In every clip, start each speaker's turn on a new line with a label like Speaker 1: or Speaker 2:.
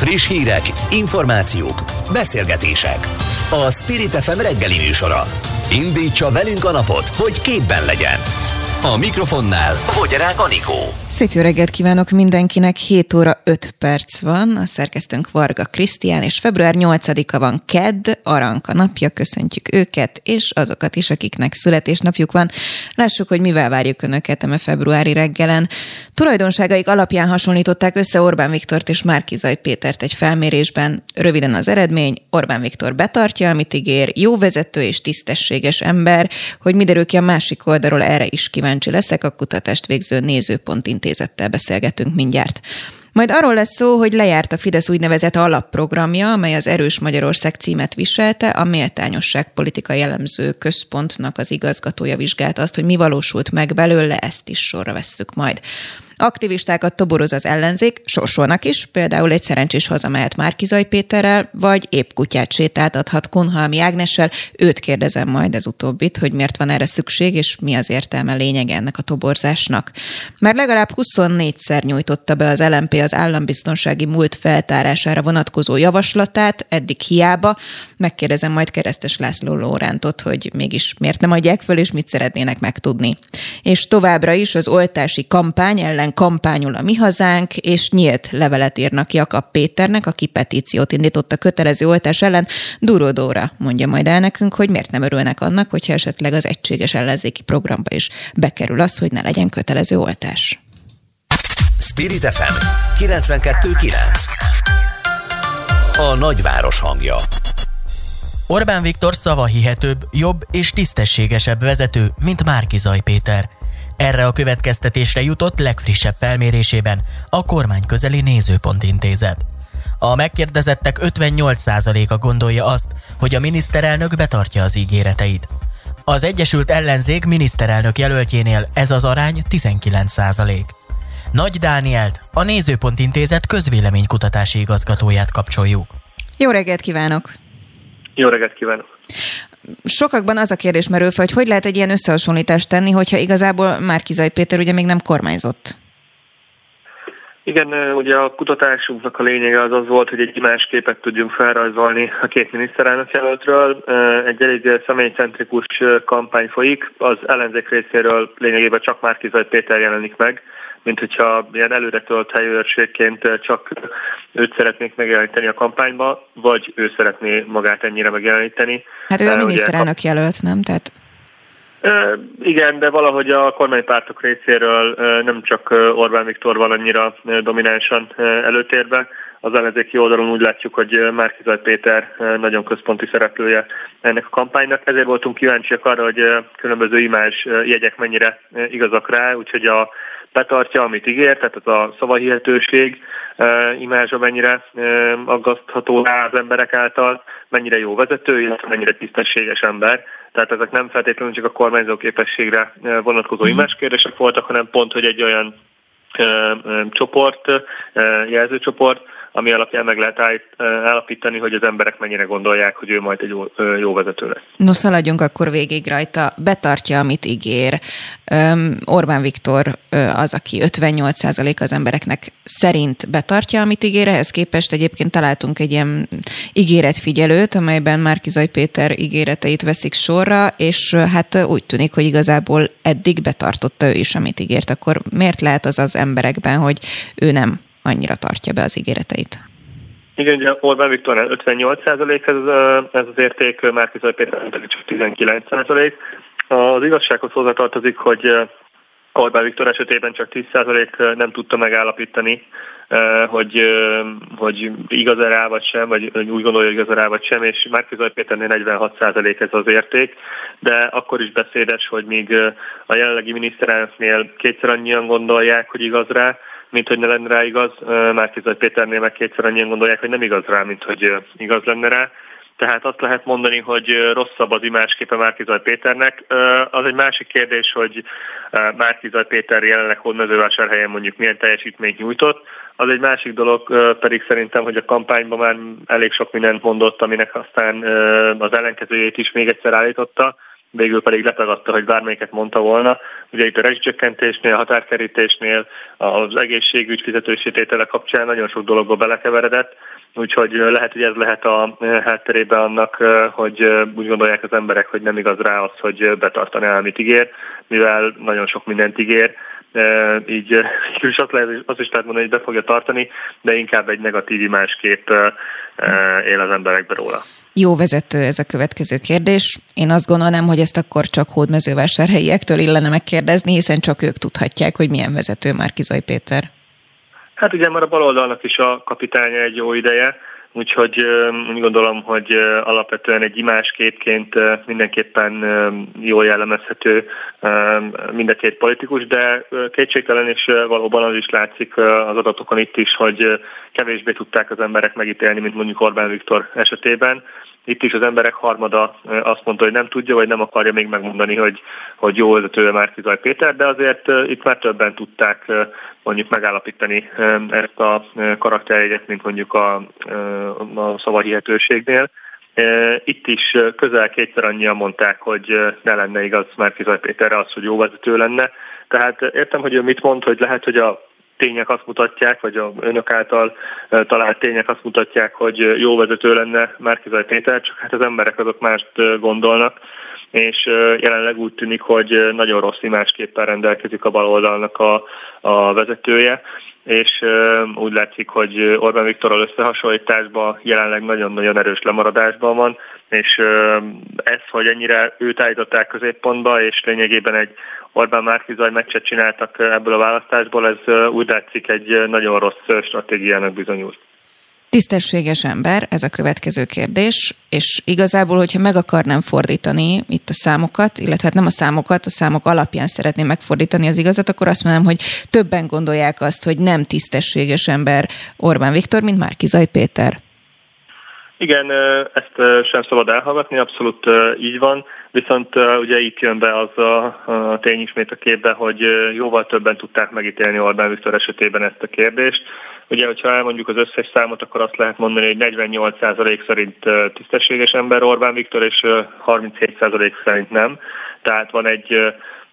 Speaker 1: Friss hírek, információk, beszélgetések. A Spirit FM reggeli műsora. Indítsa velünk a napot, hogy képben legyen. A mikrofonnál Vogyarák Anikó.
Speaker 2: Szép jó reggelt kívánok mindenkinek, 7 óra 5 perc van, a szerkesztőnk Varga Krisztián, és február 8-a van kedd, Aranka napja, köszöntjük őket, és azokat is, akiknek születésnapjuk van. Lássuk, hogy mivel várjuk Önöket a februári reggelen. Tulajdonságaik alapján hasonlították össze Orbán Viktort és Márki-Zay Pétert egy felmérésben. Röviden az eredmény: Orbán Viktor betartja, amit ígér, jó vezető és tisztességes ember. Hogy mi derül ki a másik oldalról, erre is kíváncsi leszek, a kutatást végző Nézőpont Intézettel beszélgetünk mindjárt. Majd arról lesz szó, hogy lejárt a Fidesz úgynevezett alapprogramja, amely az Erős Magyarország címet viselte. A Méltányosság Politikai Elemző Központnak az igazgatója vizsgálta azt, hogy mi valósult meg belőle, ezt is sorra vesszük majd. Aktivistákat toboroz az ellenzék, sorsolnak is, például egy szerencsés hazamehet Márki-Zay Péterrel, vagy épp kutyát sétáltathat Kunhalmi Ágnessel. Őt kérdezem majd, ez utóbbit, hogy miért van erre szükség, és mi az értelme, lényege ennek a toborzásnak. Már legalább 24-szer nyújtotta be az LMP az állambiztonsági múlt feltárására vonatkozó javaslatát, eddig hiába. Megkérdezem majd Keresztes László Lórántot, hogy mégis miért nem adják föl, és mit szeretnének megtudni. És továbbra is az oltási kampány ellen kampányol a Mi Hazánk, és nyílt levelet írnak Jakab Péternek, aki petíciót indított a kötelező oltás ellen. Duró Dóra mondja majd el nekünk, hogy miért nem örülnek annak, hogyha esetleg az egységes ellenzéki programba is bekerül az, hogy ne legyen kötelező oltás.
Speaker 1: Spirit FM 92.9. A nagyváros hangja.
Speaker 3: Orbán Viktor szavahihetőbb, jobb és tisztességesebb vezető, mint Márki-Zay Péter. Erre a következtetésre jutott legfrissebb felmérésében a kormány közeli Nézőpont Intézet. A megkérdezettek 58%-a gondolja azt, hogy a miniszterelnök betartja az ígéreteit. Az Egyesült Ellenzék miniszterelnök jelöltjénél ez az arány 19%. Nagy Dánielt, a Nézőpont Intézet közvéleménykutatási igazgatóját kapcsoljuk.
Speaker 2: Jó reggelt kívánok!
Speaker 4: Jó reggelt kívánok!
Speaker 2: Sokakban az a kérdés merül fel, hogy lehet egy ilyen összehasonlítást tenni, hogyha igazából Márki-Zay Péter ugye még nem kormányzott.
Speaker 4: Igen, ugye a kutatásunknak a lényege az volt, hogy egy imásképet tudjunk felrajzolni a két miniszterelnök jelöltről. Egy elég személycentrikus kampány folyik, az ellenzék részéről lényegében csak Márki-Zay Péter jelenik meg, mint hogyha ilyen előretölt helyőrségként csak őt szeretnék megjeleníteni a kampányba, vagy ő szeretné magát ennyire megjeleníteni.
Speaker 2: Hát ő a miniszterelnök jelölt, nem? Tehát...
Speaker 4: Igen, de valahogy a kormánypártok részéről nem csak Orbán Viktor van annyira dominánsan előtérben. Az ellenzéki oldalon úgy látjuk, hogy Márki-Zay Péter nagyon központi szereplője ennek a kampánynak. Ezért voltunk kíváncsiak arra, hogy különböző imázs jegyek mennyire igazak rá, úgyhogy a betartja, amit ígér, tehát az a szavahihetőség imázsa mennyire aggasztható rá az emberek által, mennyire jó vezető, illetve mennyire tisztességes ember. Tehát ezek nem feltétlenül csak a kormányzó képességre vonatkozó imázskérdések voltak, hanem pont, hogy egy olyan csoport, jelzőcsoport, ami alapján meg lehet állapítani, hogy az emberek mennyire gondolják, hogy ő majd egy jó vezető lesz.
Speaker 2: No, szaladjunk akkor végig rajta. Betartja, amit ígér. Orbán Viktor az, aki 58% az embereknek szerint betartja, amit ígér. Ehhez képest egyébként találtunk egy ilyen ígéretfigyelőt, amelyben Márki-Zay Péter ígéreteit veszik sorra, és hát úgy tűnik, hogy igazából eddig betartotta ő is, amit ígért. Akkor miért lehet az emberekben, hogy ő nem annyira tartja be az ígéreteit?
Speaker 4: Igen, ugye Orbán Viktornál 58% ez az érték, Márki-Zay Péter pedig csak 19%. Az igazsághoz hozzátartozik, hogy Orbán Viktor esetében csak 10% nem tudta megállapítani, hogy igaz-e rá vagy sem, vagy úgy gondolja, hogy igaz-e rá vagy sem, és Márki-Zay Péternél 46% ez az érték, de akkor is beszédes, hogy míg a jelenlegi miniszterelnöknél kétszer annyian gondolják, hogy igaz rá, mint hogy ne lenne rá igaz, Márki-Zay Péternél meg kétszer annyian gondolják, hogy nem igaz rá, mint hogy igaz lenne rá. Tehát azt lehet mondani, hogy rosszabb az imázsképe Márki-Zay Péternek. Az egy másik kérdés, hogy Márki-Zay Péter jelenleg Hódmezővásárhelyen mondjuk milyen teljesítményt nyújtott. Az egy másik dolog pedig szerintem, hogy a kampányban már elég sok mindent mondott, aminek aztán az ellenkezőjét is még egyszer állította. végül pedig letagadta, hogy bármelyiket mondta volna. Ugye itt a rezsicsökkentésnél, a határkerítésnél, az egészségügy fizetősi tétele kapcsán nagyon sok dologba belekeveredett, úgyhogy lehet, hogy ez lehet a hátterében annak, hogy úgy gondolják az emberek, hogy nem igaz rá az, hogy betartaná, amit ígér, mivel nagyon sok mindent ígér. Így azt is lehet mondani, hogy be fogja tartani, de inkább egy negatív imáskép él az emberekbe róla.
Speaker 2: Jó vezető ez a következő kérdés. Én azt gondolnám, hogy ezt akkor csak hódmezővásárhelyiektől illene megkérdezni, hiszen csak ők tudhatják, hogy milyen vezető Márki-Zay Péter.
Speaker 4: Hát ugye már a baloldalnak is a kapitánya egy jó ideje, úgyhogy úgy gondolom, hogy alapvetően egy imásképként mindenképpen jól jellemezhető mind a két politikus, de kétségtelen és valóban az is látszik az adatokon itt is, hogy kevésbé tudták az emberek megítélni, mint mondjuk Orbán Viktor esetében. Itt is az emberek harmada azt mondta, hogy nem tudja, vagy nem akarja még megmondani, hogy jó vezető Márki-Zay Péter, de azért itt már többen tudták mondjuk megállapítani ezt a karakterjegyet, mint mondjuk a szavahihetőségnél. Itt is közel kétszer annyian mondták, hogy ne lenne igaz Márki-Zay Péterre az, hogy jó vezető lenne. Tehát értem, hogy ő mit mond, hogy lehet, hogy a tények azt mutatják, vagy a önök által talált tények azt mutatják, hogy jó vezető lenne Márki-Zay Péter, csak hát az emberek azok mást gondolnak, és jelenleg úgy tűnik, hogy nagyon rossz imásképpen rendelkezik a baloldalnak a vezetője, és úgy látszik, hogy Orbán Viktorral összehasonlításban jelenleg nagyon-nagyon erős lemaradásban van, és ez, hogy ennyire őt állították középpontba, és lényegében egy Orbán-Márki-Zay meccset csináltak ebből a választásból, ez úgy látszik egy nagyon rossz stratégiának bizonyult.
Speaker 2: Tisztességes ember, ez a következő kérdés, és igazából, hogyha meg akarnám fordítani itt a számokat, illetve hát nem a számokat, a számok alapján szeretném megfordítani az igazat, akkor azt mondom, hogy többen gondolják azt, hogy nem tisztességes ember Orbán Viktor, mint Márki-Zay Péter.
Speaker 4: Igen, ezt sem szabad elhallgatni, abszolút így van, viszont ugye itt jön be az a tény ismét a képbe, hogy jóval többen tudták megítélni Orbán Viktor esetében ezt a kérdést. Ugye, hogyha elmondjuk az összes számot, akkor azt lehet mondani, hogy 48% szerint tisztességes ember Orbán Viktor, és 37% szerint nem. Tehát van egy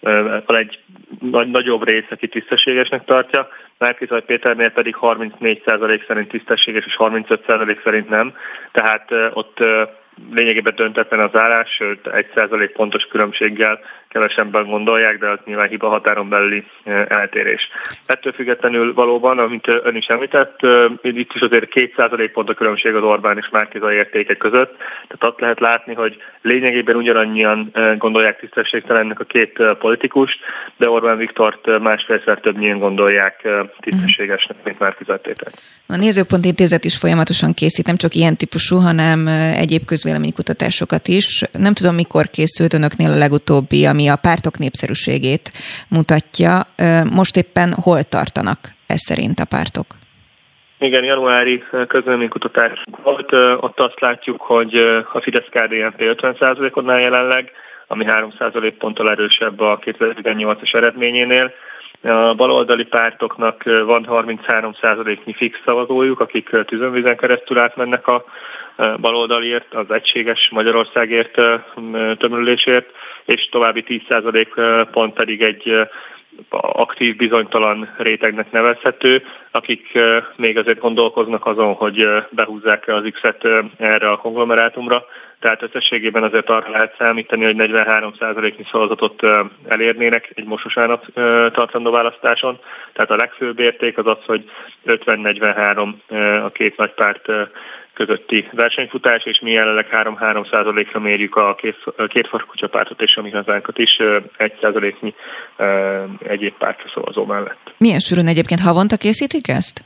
Speaker 4: nagyobb rész, aki tisztességesnek tartja, Márki-Zay Péternél pedig 34% szerint tisztességes, és 35% szerint nem. Tehát ott lényegében döntetlen az állás, sőt 1% pontos különbséggel kevesebben gondolják, de az nyilván hiba határon belüli eltérés. Ettől függetlenül valóban, amint ön is említett, itt is azért 2% pont a különbség az Orbán és Márki-Zay értéke között. Tehát azt lehet látni, hogy lényegében ugyanannyian gondolják tisztességtelennek a két politikust, de Orbán Viktort másfélszer többnyien gondolják tisztességesnek, mint Márki-Zay Péter.
Speaker 2: A Nézőpont Intézet is folyamatosan készít, nem csak ilyen típusú, hanem egyéb közvéleménykutatásokat is. Nem tudom, mikor készült önöknél a legutóbbi, ami a pártok népszerűségét mutatja. Most éppen hol tartanak ez szerint a pártok?
Speaker 4: Igen, januári közvéleménykutatás volt. Ott azt látjuk, hogy a Fidesz-KDNP 50%-odnál jelenleg, ami 3% ponttal erősebb a 2018-as eredményénél. A baloldali pártoknak van 33%-nyi fix szavazójuk, akik tüzönvízen keresztül átmennek a baloldaliért, az Egységes Magyarországért tömörülésért, és további 10% pont pedig egy aktív, bizonytalan rétegnek nevezhető, akik még azért gondolkoznak azon, hogy behúzzák az X-et erre a konglomerátumra. Tehát összességében azért arra lehet számítani, hogy 43%-nyi szavazatot elérnének egy mososának tartandó választáson. Tehát a legfőbb érték az az, hogy 50-43 a két nagy párt közötti versenyfutás, és mi jelenleg 3%-ra mérjük a két farkakutyapártot és a Mi Hazánkat is 1%-nyi egyéb pártra szavazó mellett.
Speaker 2: Milyen sűrűn egyébként havonta készítik ezt?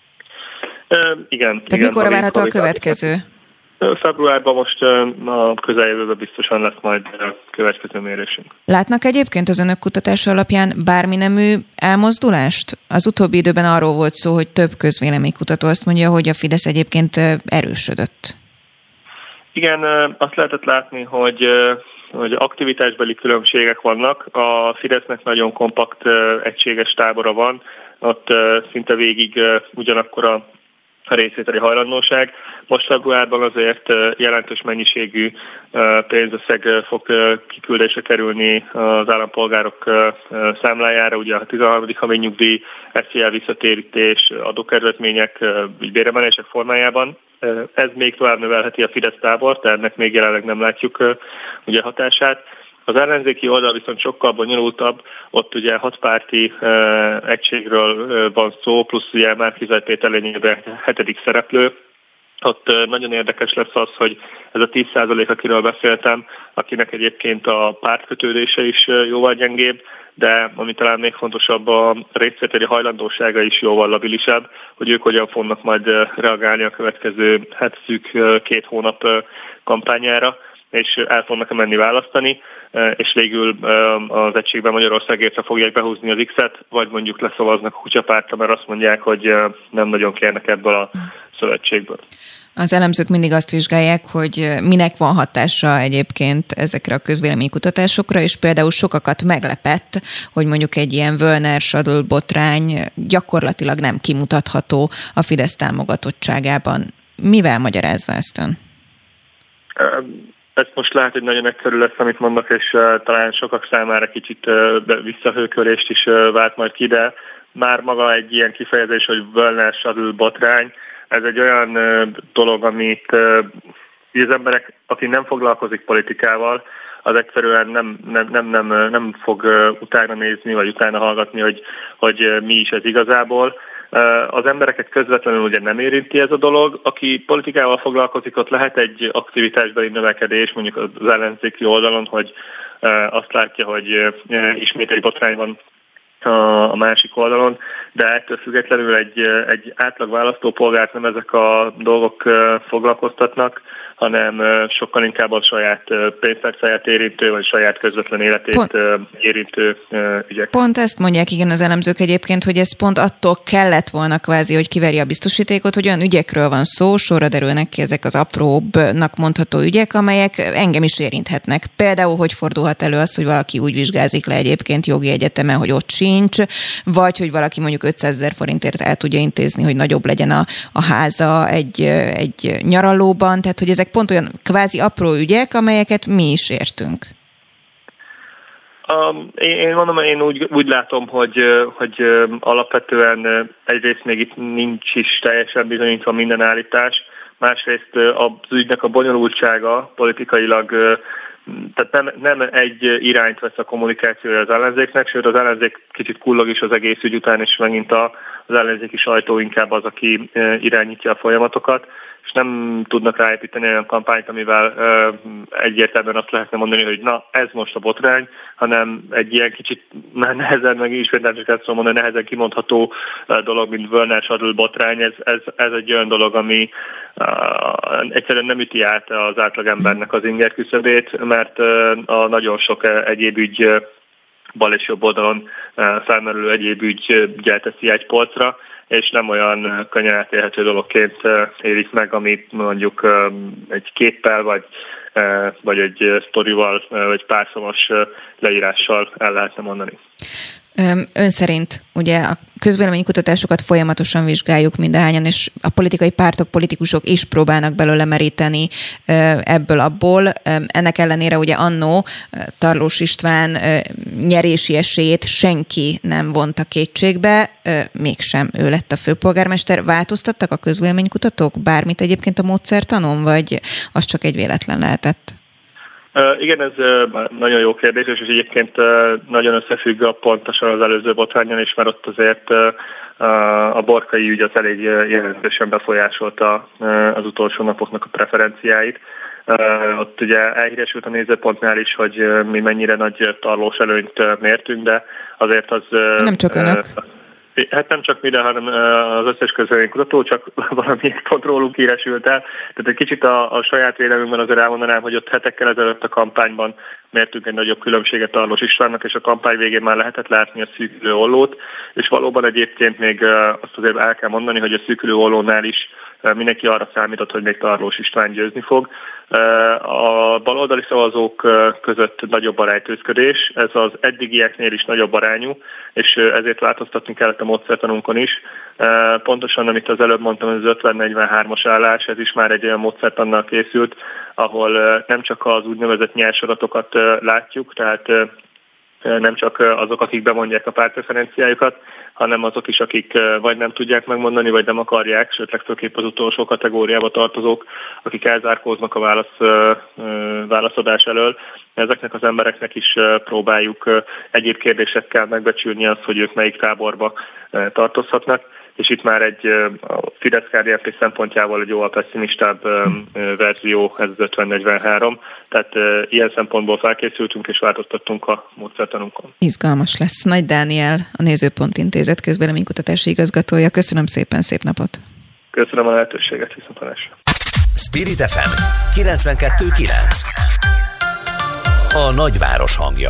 Speaker 4: Igen.
Speaker 2: Tehát mikorra várható a következő?
Speaker 4: Februárban most a közeljövőben biztosan lesz majd a következő mérésünk.
Speaker 2: Látnak egyébként az önök kutatása alapján bármi nemű elmozdulást? Az utóbbi időben arról volt szó, hogy több közvéleménykutató azt mondja, hogy a Fidesz egyébként erősödött.
Speaker 4: Igen, azt lehetett látni, hogy aktivitásbeli különbségek vannak. A Fidesznek nagyon kompakt, egységes tábora van. Ott szinte végig ugyanakkor a a részvételi hajlandóság. Most februárban azért jelentős mennyiségű pénzösszeg fog kiküldésre kerülni az állampolgárok számlájára, ugye a 13. havi nyugdíj, SZIA visszatérítés, adókedvezmények, béremelések formájában. Ez még tovább növelheti a Fidesz tábort, de ennek még jelenleg nem látjuk ugye hatását. Az ellenzéki oldal viszont sokkal bonyolultabb, ott ugye 6 párti egységről van szó, plusz ugye Márki-Zay Péter lényegében 7. szereplő. Ott nagyon érdekes lesz az, hogy ez a 10%, akiről beszéltem, akinek egyébként a pártkötődése is jóval gyengébb, de ami talán még fontosabb, a részvételi hajlandósága is jóval labilisabb, hogy ők hogyan fognak majd reagálni a következő szűk 2 hónap kampányára, és el fognak menni választani, és végül az egységben Magyarországért fogják behúzni az X-et, vagy mondjuk leszavaznak a kutyapártra, mert azt mondják, hogy nem nagyon kérnek ebből a szövetségből.
Speaker 2: Az elemzők mindig azt vizsgálják, hogy minek van hatása egyébként ezekre a közvéleménykutatásokra, és például sokakat meglepett, hogy mondjuk egy ilyen Völner-Sadl botrány gyakorlatilag nem kimutatható a Fidesz támogatottságában. Mivel magyarázza ezt ön?
Speaker 4: Ez most lehet, hogy nagyon egyszerű lesz, amit mondok, és talán sokak számára kicsit visszahőkölést is vált majd ki, de már maga egy ilyen kifejezés, hogy Völner-Sadl botrány, ez egy olyan dolog, amit az emberek, aki nem foglalkozik politikával, az egyszerűen nem fog utána nézni, vagy utána hallgatni, hogy mi is ez igazából. Az embereket közvetlenül ugye nem érinti ez a dolog. Aki politikával foglalkozik, ott lehet egy aktivitásbeli növekedés, mondjuk az ellenzéki oldalon, hogy azt látja, hogy ismét egy botrány van a másik oldalon, de ettől függetlenül egy átlag választópolgárt nem ezek a dolgok foglalkoztatnak, hanem sokkal inkább a saját pénztárcáját érintő, vagy saját közvetlen életét érintő ügyek.
Speaker 2: Pont ezt mondják, igen, az elemzők egyébként, hogy ez pont attól kellett volna kvázi, hogy kiverje a biztosítékot, hogy olyan ügyekről van szó, sorra derülnek ki ezek az apróbbnak mondható ügyek, amelyek engem is érinthetnek. Például, hogy fordulhat elő az, hogy valaki úgy vizsgázik le egyébként jogi egyetemen, hogy ott sincs, vagy hogy valaki mondjuk 500 000 forintért el tudja intézni, hogy nagyobb legyen a háza egy nyaralóban, tehát hogy ezek pont olyan kvázi apró ügyek, amelyeket mi is értünk.
Speaker 4: Én úgy látom, hogy alapvetően egyrészt még itt nincs is teljesen bizonyítva minden állítás, másrészt az ügynek a bonyolultsága politikailag, tehát nem egy irányt vesz a kommunikációja az ellenzéknek, sőt az ellenzék kicsit kullog is az egész ügy után, és megint az ellenzéki sajtó inkább az, aki irányítja a folyamatokat, és nem tudnak ráépíteni olyan kampányt, amivel egyértelműen azt lehetne mondani, hogy na, ez most a botrány, hanem egy ilyen kicsit nehezen, meg ismételten csak ezt mondani, nehezen kimondható dolog, mint Völner-Sadl botrány, ez egy olyan dolog, ami egyszerűen nem üti át az átlagembernek az inger küszöbét, mert a nagyon sok egyéb ügy, bal és jobb oldalon felmerülő egyéb ügygyel teszi egy polcra, és nem olyan könnyen átélhető dologként élik meg, amit mondjuk egy képpel, vagy egy sztorival, vagy párszavas leírással el lehetne mondani.
Speaker 2: Ön szerint ugye a közvéleménykutatásokat folyamatosan vizsgáljuk mindahányan, és a politikai pártok, politikusok is próbálnak belőle meríteni ebből-abból. Ennek ellenére ugye annó Tarlós István nyerési esélyét senki nem vonta kétségbe, mégsem ő lett a főpolgármester. Változtattak a közvéleménykutatók bármit egyébként a módszertanon, vagy az csak egy véletlen lehetett?
Speaker 4: Igen, ez nagyon jó kérdés, és egyébként nagyon összefügg pontosan az előző botrányon is, mert ott azért a Borkai ügy az elég jelentősen befolyásolta az utolsó napoknak a preferenciáit. Ott ugye elhíresült a Nézőpontnál is, hogy mi mennyire nagy Tarlós előnyt mértünk, de azért az...
Speaker 2: Nem csak önök.
Speaker 4: Hát nem csak mi, de hanem az összes közvéleménykutató, csak valamiért pont rólunk híresült el. Tehát egy kicsit a saját véleményben azért elmondanám, hogy ott hetekkel ezelőtt a kampányban mértünk egy nagyobb különbséget Tarlós Istvánnak, és a kampány végén már lehetett látni a szűkülő ollót, és valóban egyébként még azt azért el kell mondani, hogy a szűkülő ollónál is mindenki arra számított, hogy még Tarlós István győzni fog. A baloldali szavazók között nagyobb a rejtőzködés, ez az eddigieknél is nagyobb arányú, és ezért változtatni kellett a módszertanunkon is. Pontosan, amit az előbb mondtam, az 50-43-as állás, ez is már egy olyan módszertannal készült, ahol nem csak az úgynevezett nyers adatokat látjuk, tehát nem csak azok, akik bemondják a pártpreferenciájukat, hanem azok is, akik vagy nem tudják megmondani, vagy nem akarják, sőt legfőképp az utolsó kategóriába tartozók, akik elzárkóznak a válaszadás elől. Ezeknek az embereknek is próbáljuk egyéb kérdésekkel megbecsülni azt, hogy ők melyik táborba tartozhatnak, és itt már egy Fidesz-KDNP szempontjából egy jóval pessimistább verzió, ez az 50-43, tehát ilyen szempontból felkészültünk és változtattunk a módszertanunkon.
Speaker 2: Izgalmas lesz. Nagy Dániel, a Nézőpont Intézet közvéleménykutatási igazgatója. Köszönöm szépen, szép napot!
Speaker 4: Köszönöm a lehetőséget, viszontlátásra!
Speaker 1: Spirit FM 92.9. A nagyváros hangja.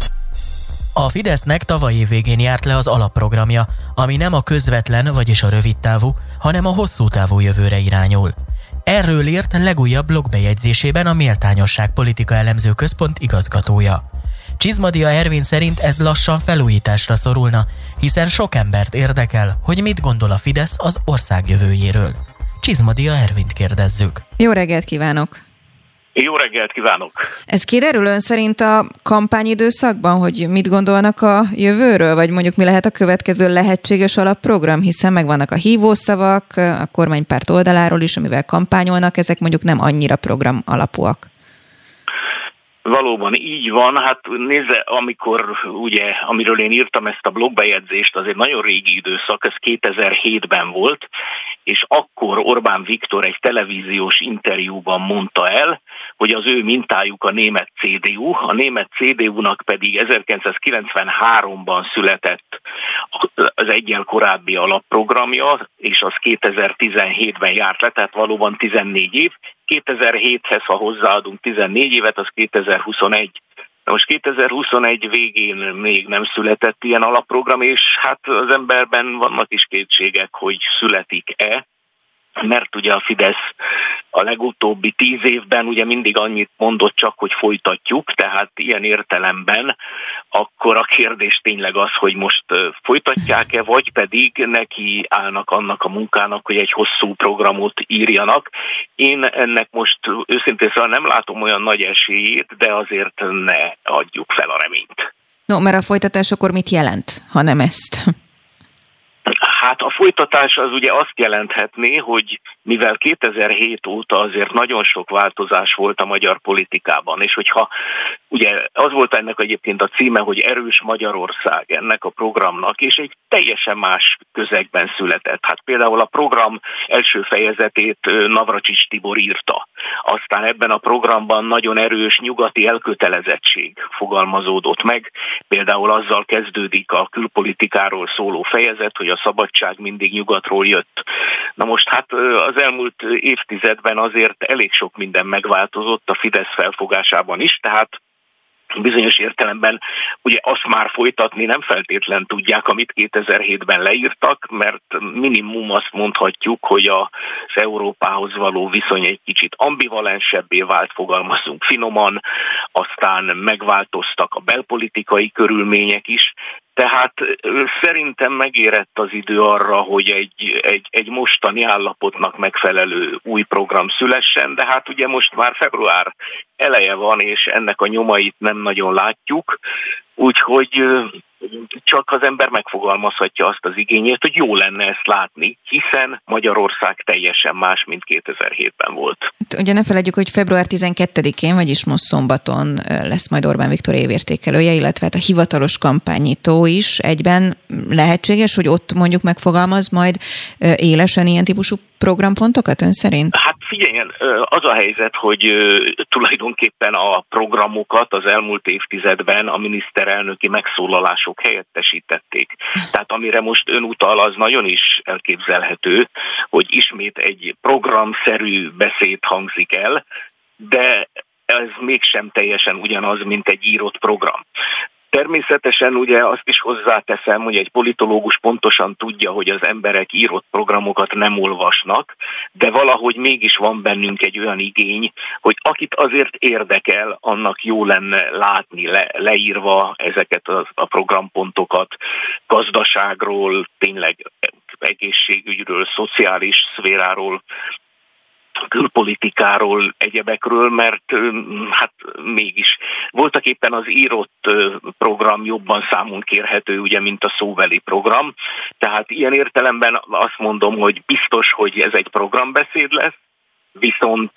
Speaker 3: A Fidesznek tavaly év végén járt le az alapprogramja, ami nem a közvetlen, vagyis a rövidtávú, hanem a hosszú távú jövőre irányul. Erről írt legújabb blogbejegyzésében a Méltányosság Politika Elemző Központ igazgatója. Csizmadia Ervin szerint ez lassan felújításra szorulna, hiszen sok embert érdekel, hogy mit gondol a Fidesz az ország jövőjéről. Csizmadia Ervint kérdezzük.
Speaker 2: Jó reggelt kívánok!
Speaker 5: Jó reggelt kívánok!
Speaker 2: Ez kiderül ön szerint a kampányidőszakban, hogy mit gondolnak a jövőről, vagy mondjuk mi lehet a következő lehetséges alapprogram, hiszen megvannak a hívószavak, a kormánypárt oldaláról is, amivel kampányolnak, ezek mondjuk nem annyira program alapúak.
Speaker 5: Valóban így van, hát nézze, amiről én írtam ezt a blogbejegyzést, az egy nagyon régi időszak, ez 2007-ben volt, és akkor Orbán Viktor egy televíziós interjúban mondta el, hogy az ő mintájuk a német CDU, a német CDU-nak pedig 1993-ban született az eggyel korábbi alapprogramja, és az 2017-ben járt le, tehát valóban 14 év. 2007-hez, ha hozzáadunk 14 évet, az 2021. Most 2021 végén még nem született ilyen alapprogram, és hát az emberben vannak is kétségek, hogy születik-e, mert ugye a Fidesz a legutóbbi 10 évben ugye mindig annyit mondott csak, hogy folytatjuk, tehát ilyen értelemben akkor a kérdés tényleg az, hogy most folytatják-e, vagy pedig neki állnak annak a munkának, hogy egy hosszú programot írjanak. Én ennek most őszintén szóval nem látom olyan nagy esélyét, de azért ne adjuk fel a reményt.
Speaker 2: No, mert a folytatás akkor mit jelent, ha nem ezt?
Speaker 5: Hát a folytatás az ugye azt jelenthetné, hogy mivel 2007 óta azért nagyon sok változás volt a magyar politikában, és hogyha ugye az volt ennek egyébként a címe, hogy Erős Magyarország ennek a programnak, és egy teljesen más közegben született. Hát például a program első fejezetét Navracsics Tibor írta. Aztán ebben a programban nagyon erős nyugati elkötelezettség fogalmazódott meg. Például azzal kezdődik a külpolitikáról szóló fejezet, hogy a szabadság mindig nyugatról jött. Na most hát az elmúlt évtizedben azért elég sok minden megváltozott a Fidesz felfogásában is, tehát bizonyos értelemben ugye azt már folytatni nem feltétlen tudják, amit 2007-ben leírtak, mert minimum azt mondhatjuk, hogy az Európához való viszony egy kicsit ambivalensebbé vált, fogalmazunk finoman, aztán megváltoztak a belpolitikai körülmények is, tehát szerintem megérett az idő arra, hogy egy mostani állapotnak megfelelő új program szülessen, de hát ugye most már február eleje van, és ennek a nyomait nem nagyon látjuk, úgyhogy csak az ember megfogalmazhatja azt az igényét, hogy jó lenne ezt látni, hiszen Magyarország teljesen más, mint 2007-ben volt.
Speaker 2: Ugye ne feledjük, hogy február 12-én, vagyis most szombaton lesz majd Orbán Viktor évértékelője, illetve hát a hivatalos kampánynyitó is egyben lehetséges, hogy ott mondjuk megfogalmaz majd élesen ilyen típusú programpontokat ön szerint?
Speaker 5: Hát figyeljen, az a helyzet, hogy tulajdonképpen a programokat az elmúlt évtizedben a miniszterelnöki megszólalások helyettesítették. Tehát amire most ön utal, az nagyon is elképzelhető, hogy ismét egy programszerű beszéd hangzik el, de ez mégsem teljesen ugyanaz, mint egy írott program. Természetesen ugye azt is hozzáteszem, hogy egy politológus pontosan tudja, hogy az emberek írott programokat nem olvasnak, de valahogy mégis van bennünk egy olyan igény, hogy akit azért érdekel, annak jó lenne látni leírva ezeket a programpontokat gazdaságról, tényleg egészségügyről, szociális szféráról, külpolitikáról, egyebekről, mert hát mégis voltak éppen az írott program jobban számon kérhető, ugye, mint a szóbeli program. Tehát ilyen értelemben azt mondom, hogy biztos, hogy ez egy programbeszéd lesz, viszont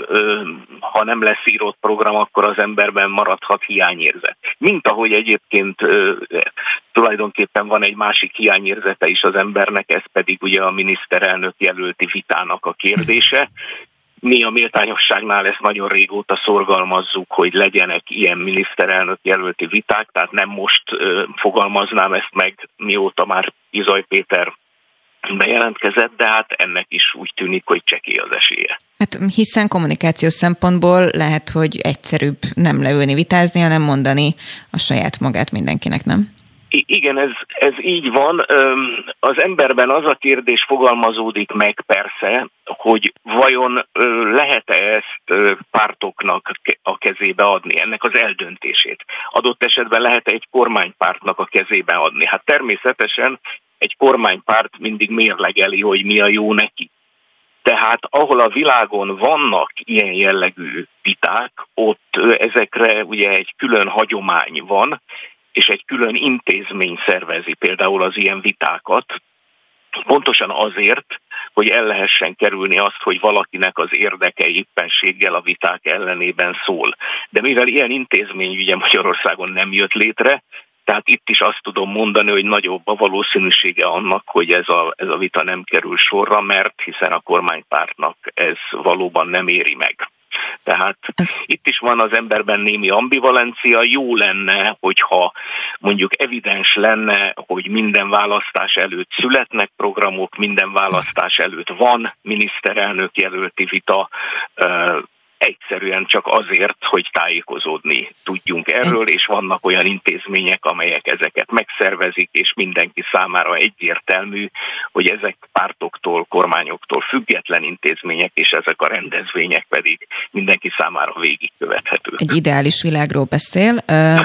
Speaker 5: ha nem lesz írott program, akkor az emberben maradhat hiányérzet. Mint ahogy egyébként tulajdonképpen van egy másik hiányérzete is az embernek, ez pedig ugye a miniszterelnök jelölti vitának a kérdése. Mi a méltányosságnál ezt nagyon régóta szorgalmazzuk, hogy legyenek ilyen miniszterelnök jelölti viták, tehát nem most fogalmaznám ezt meg, mióta már Izay Péter bejelentkezett, de hát ennek is úgy tűnik, hogy csekély az esélye.
Speaker 2: Hát hiszen kommunikációs szempontból lehet, hogy egyszerűbb nem leülni vitázni, hanem mondani a saját magát mindenkinek, nem?
Speaker 5: Igen, ez így van. Az emberben az a kérdés fogalmazódik meg persze, hogy vajon lehet-e ezt pártoknak a kezébe adni, ennek az eldöntését. Adott esetben lehet-e egy kormánypártnak a kezébe adni? Hát természetesen egy kormánypárt mindig mérlegeli, hogy mi a jó neki. Tehát ahol a világon vannak ilyen jellegű viták, ott ezekre ugye egy külön hagyomány van, és egy külön intézmény szervezi például az ilyen vitákat, pontosan azért, hogy el lehessen kerülni azt, hogy valakinek az érdeke éppenséggel a viták ellenében szól. De mivel ilyen intézmény ugye Magyarországon nem jött létre, tehát itt is azt tudom mondani, hogy nagyobb a valószínűsége annak, hogy ez a vita nem kerül sorra, mert hiszen a kormánypártnak ez valóban nem éri meg. Tehát itt is van az emberben némi ambivalencia, jó lenne, hogyha mondjuk evidens lenne, hogy minden választás előtt születnek programok, minden választás előtt van miniszterelnök jelölti vita, egyszerűen csak azért, hogy tájékozódni tudjunk erről, és vannak olyan intézmények, amelyek ezeket megszervezik, és mindenki számára egyértelmű, hogy ezek pártoktól, kormányoktól független intézmények, és ezek a rendezvények pedig mindenki számára végigkövethetők.
Speaker 2: Egy ideális világról beszél.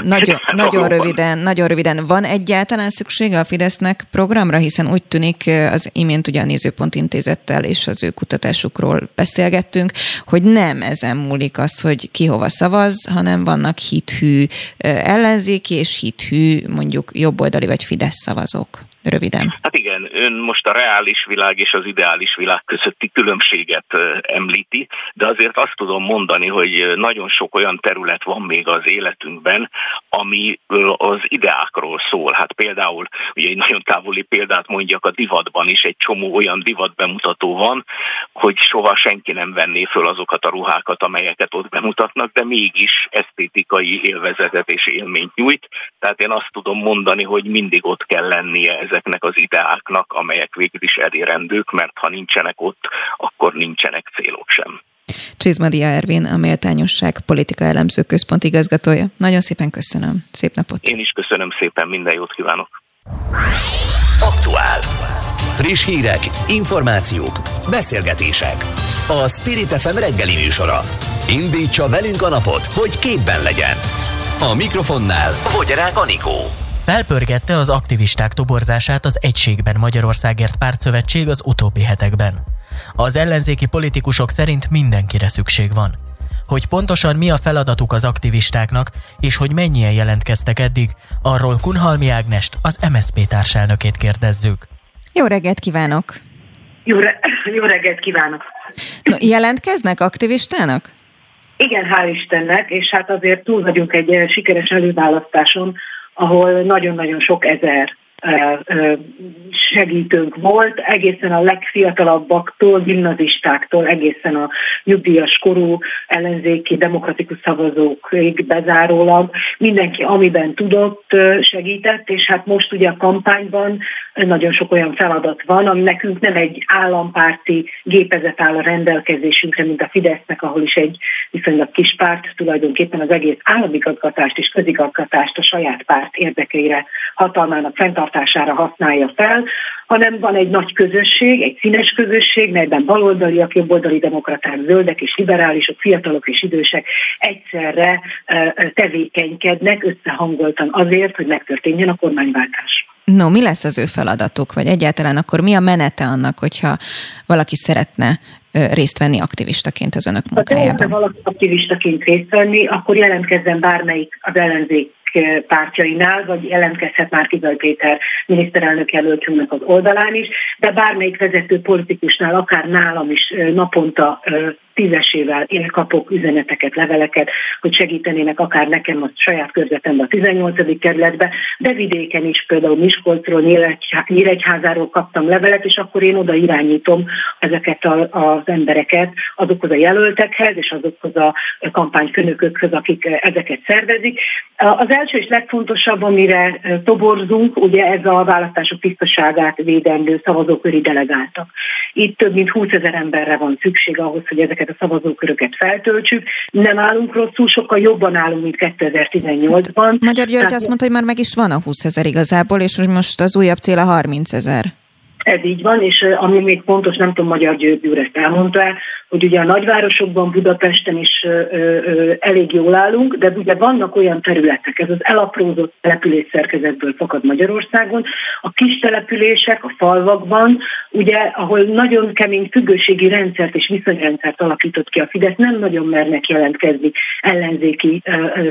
Speaker 2: Nagyon röviden, van egyáltalán szüksége a Fidesznek programra, hiszen úgy tűnik, az imént ugye a Nézőpont Intézettel és az ő kutatásukról beszélgettünk, hogy nem ezen múlik az, hogy ki hova szavaz, hanem vannak hithű ellenzéki és hithű mondjuk jobboldali vagy Fidesz szavazók. Röviden.
Speaker 5: Hát igen, ön most a reális világ és az ideális világ közötti különbséget említi, de azért azt tudom mondani, hogy nagyon sok olyan terület van még az életünkben, ami az ideákról szól. Hát például, ugye egy nagyon távoli példát mondjak, a divatban is egy csomó olyan divatbemutató van, hogy soha senki nem venné föl azokat a ruhákat, amelyeket ott bemutatnak, de mégis esztétikai élvezetet és élményt nyújt. Tehát én azt tudom mondani, hogy mindig ott kell lennie ezeknek az ideáknak, amelyek végül is elérendők, mert ha nincsenek ott, akkor nincsenek célok sem.
Speaker 2: Csizmadia Ervin, a Méltányosság Politika Elemző Központ igazgatója. Nagyon szépen köszönöm. Szép napot!
Speaker 5: Én is köszönöm szépen, minden jót kívánok!
Speaker 1: Aktuál. Friss hírek, információk, beszélgetések. A Spirit FM reggeli műsora. Indítsa velünk a napot, hogy képben legyen. A mikrofonnál Vogyarák Anikó.
Speaker 3: Felpörgette az aktivisták toborzását az Egységben Magyarországért Pártszövetség az utóbbi hetekben. Az ellenzéki politikusok szerint mindenkire szükség van. Hogy pontosan mi a feladatuk az aktivistáknak, és hogy mennyien jelentkeztek eddig, arról Kunhalmi Ágnest, az MSZP társelnökét kérdezzük.
Speaker 2: Jó reggelt kívánok!
Speaker 6: Jó reggelt kívánok!
Speaker 2: No, jelentkeznek aktivistának?
Speaker 6: Igen, hál' Istennek, és hát azért túl vagyunk egy sikeres előválasztáson, ahol nagyon-nagyon sok ezer segítőnk volt, egészen a legfiatalabbaktól, gimnazistáktól, egészen a nyugdíjas korú ellenzéki demokratikus szavazókig bezárólag. Mindenki, amiben tudott, segített, és hát most ugye a kampányban nagyon sok olyan feladat van, ami nekünk nem egy állampárti gépezet áll a rendelkezésünkre, mint a Fidesznek, ahol is egy viszonylag kis párt tulajdonképpen az egész államigazgatást és közigazgatást a saját párt érdekeire, hatalmának fenntartására használja fel, hanem van egy nagy közösség, egy színes közösség, melyben baloldaliak, jobboldali demokraták, zöldek és liberálisok, fiatalok és idősek egyszerre tevékenykednek összehangoltan azért, hogy megtörténjen a kormányváltás.
Speaker 2: No, mi lesz az ő feladatuk, vagy egyáltalán akkor mi a menete annak, hogyha valaki szeretne részt venni aktivistaként az önök munkájában?
Speaker 6: Ha valaki aktivistaként részt venni, akkor jelentkezzen bármelyik az ellenzék pártjainál, vagy jelentkezhet Márki-Zay Péter miniszterelnök jelöltünknek az oldalán is, de bármelyik vezető politikusnál, akár nálam is naponta 10-esével én kapok üzeneteket, leveleket, hogy segítenének akár nekem a saját körzetemben a 18. kerületbe, de vidéken is, például Miskolcról, Nyíregyházáról kaptam levelet, és akkor én oda irányítom ezeket az embereket azokhoz a jelöltekhez, és azokhoz a kampányfőnökökhöz, akik ezeket szervezik. Az első és legfontosabb, amire toborzunk, ugye ez a választások tisztaságát védendő szavazóköri delegáltak. Itt több mint 20 000 emberre van szükség ahhoz, hogy ezeket a szavazóköröket feltöltsük. Nem állunk rosszul, sokkal jobban állunk, mint 2018-ban.
Speaker 2: Magyar György azt mondta, hogy már meg is van a 20 000 igazából, és hogy most az újabb cél a 30 000.
Speaker 6: Ez így van, és ami még fontos, nem tudom, Magyar György úr ezt elmondta, hogy ugye a nagyvárosokban, Budapesten is elég jól állunk, de ugye vannak olyan területek, ez az elaprózott településszerkezetből fakad Magyarországon, a kis települések, a falvakban, ugye, ahol nagyon kemény függőségi rendszert és viszonyrendszert alakított ki a Fidesz, nem nagyon mernek jelentkezni ellenzéki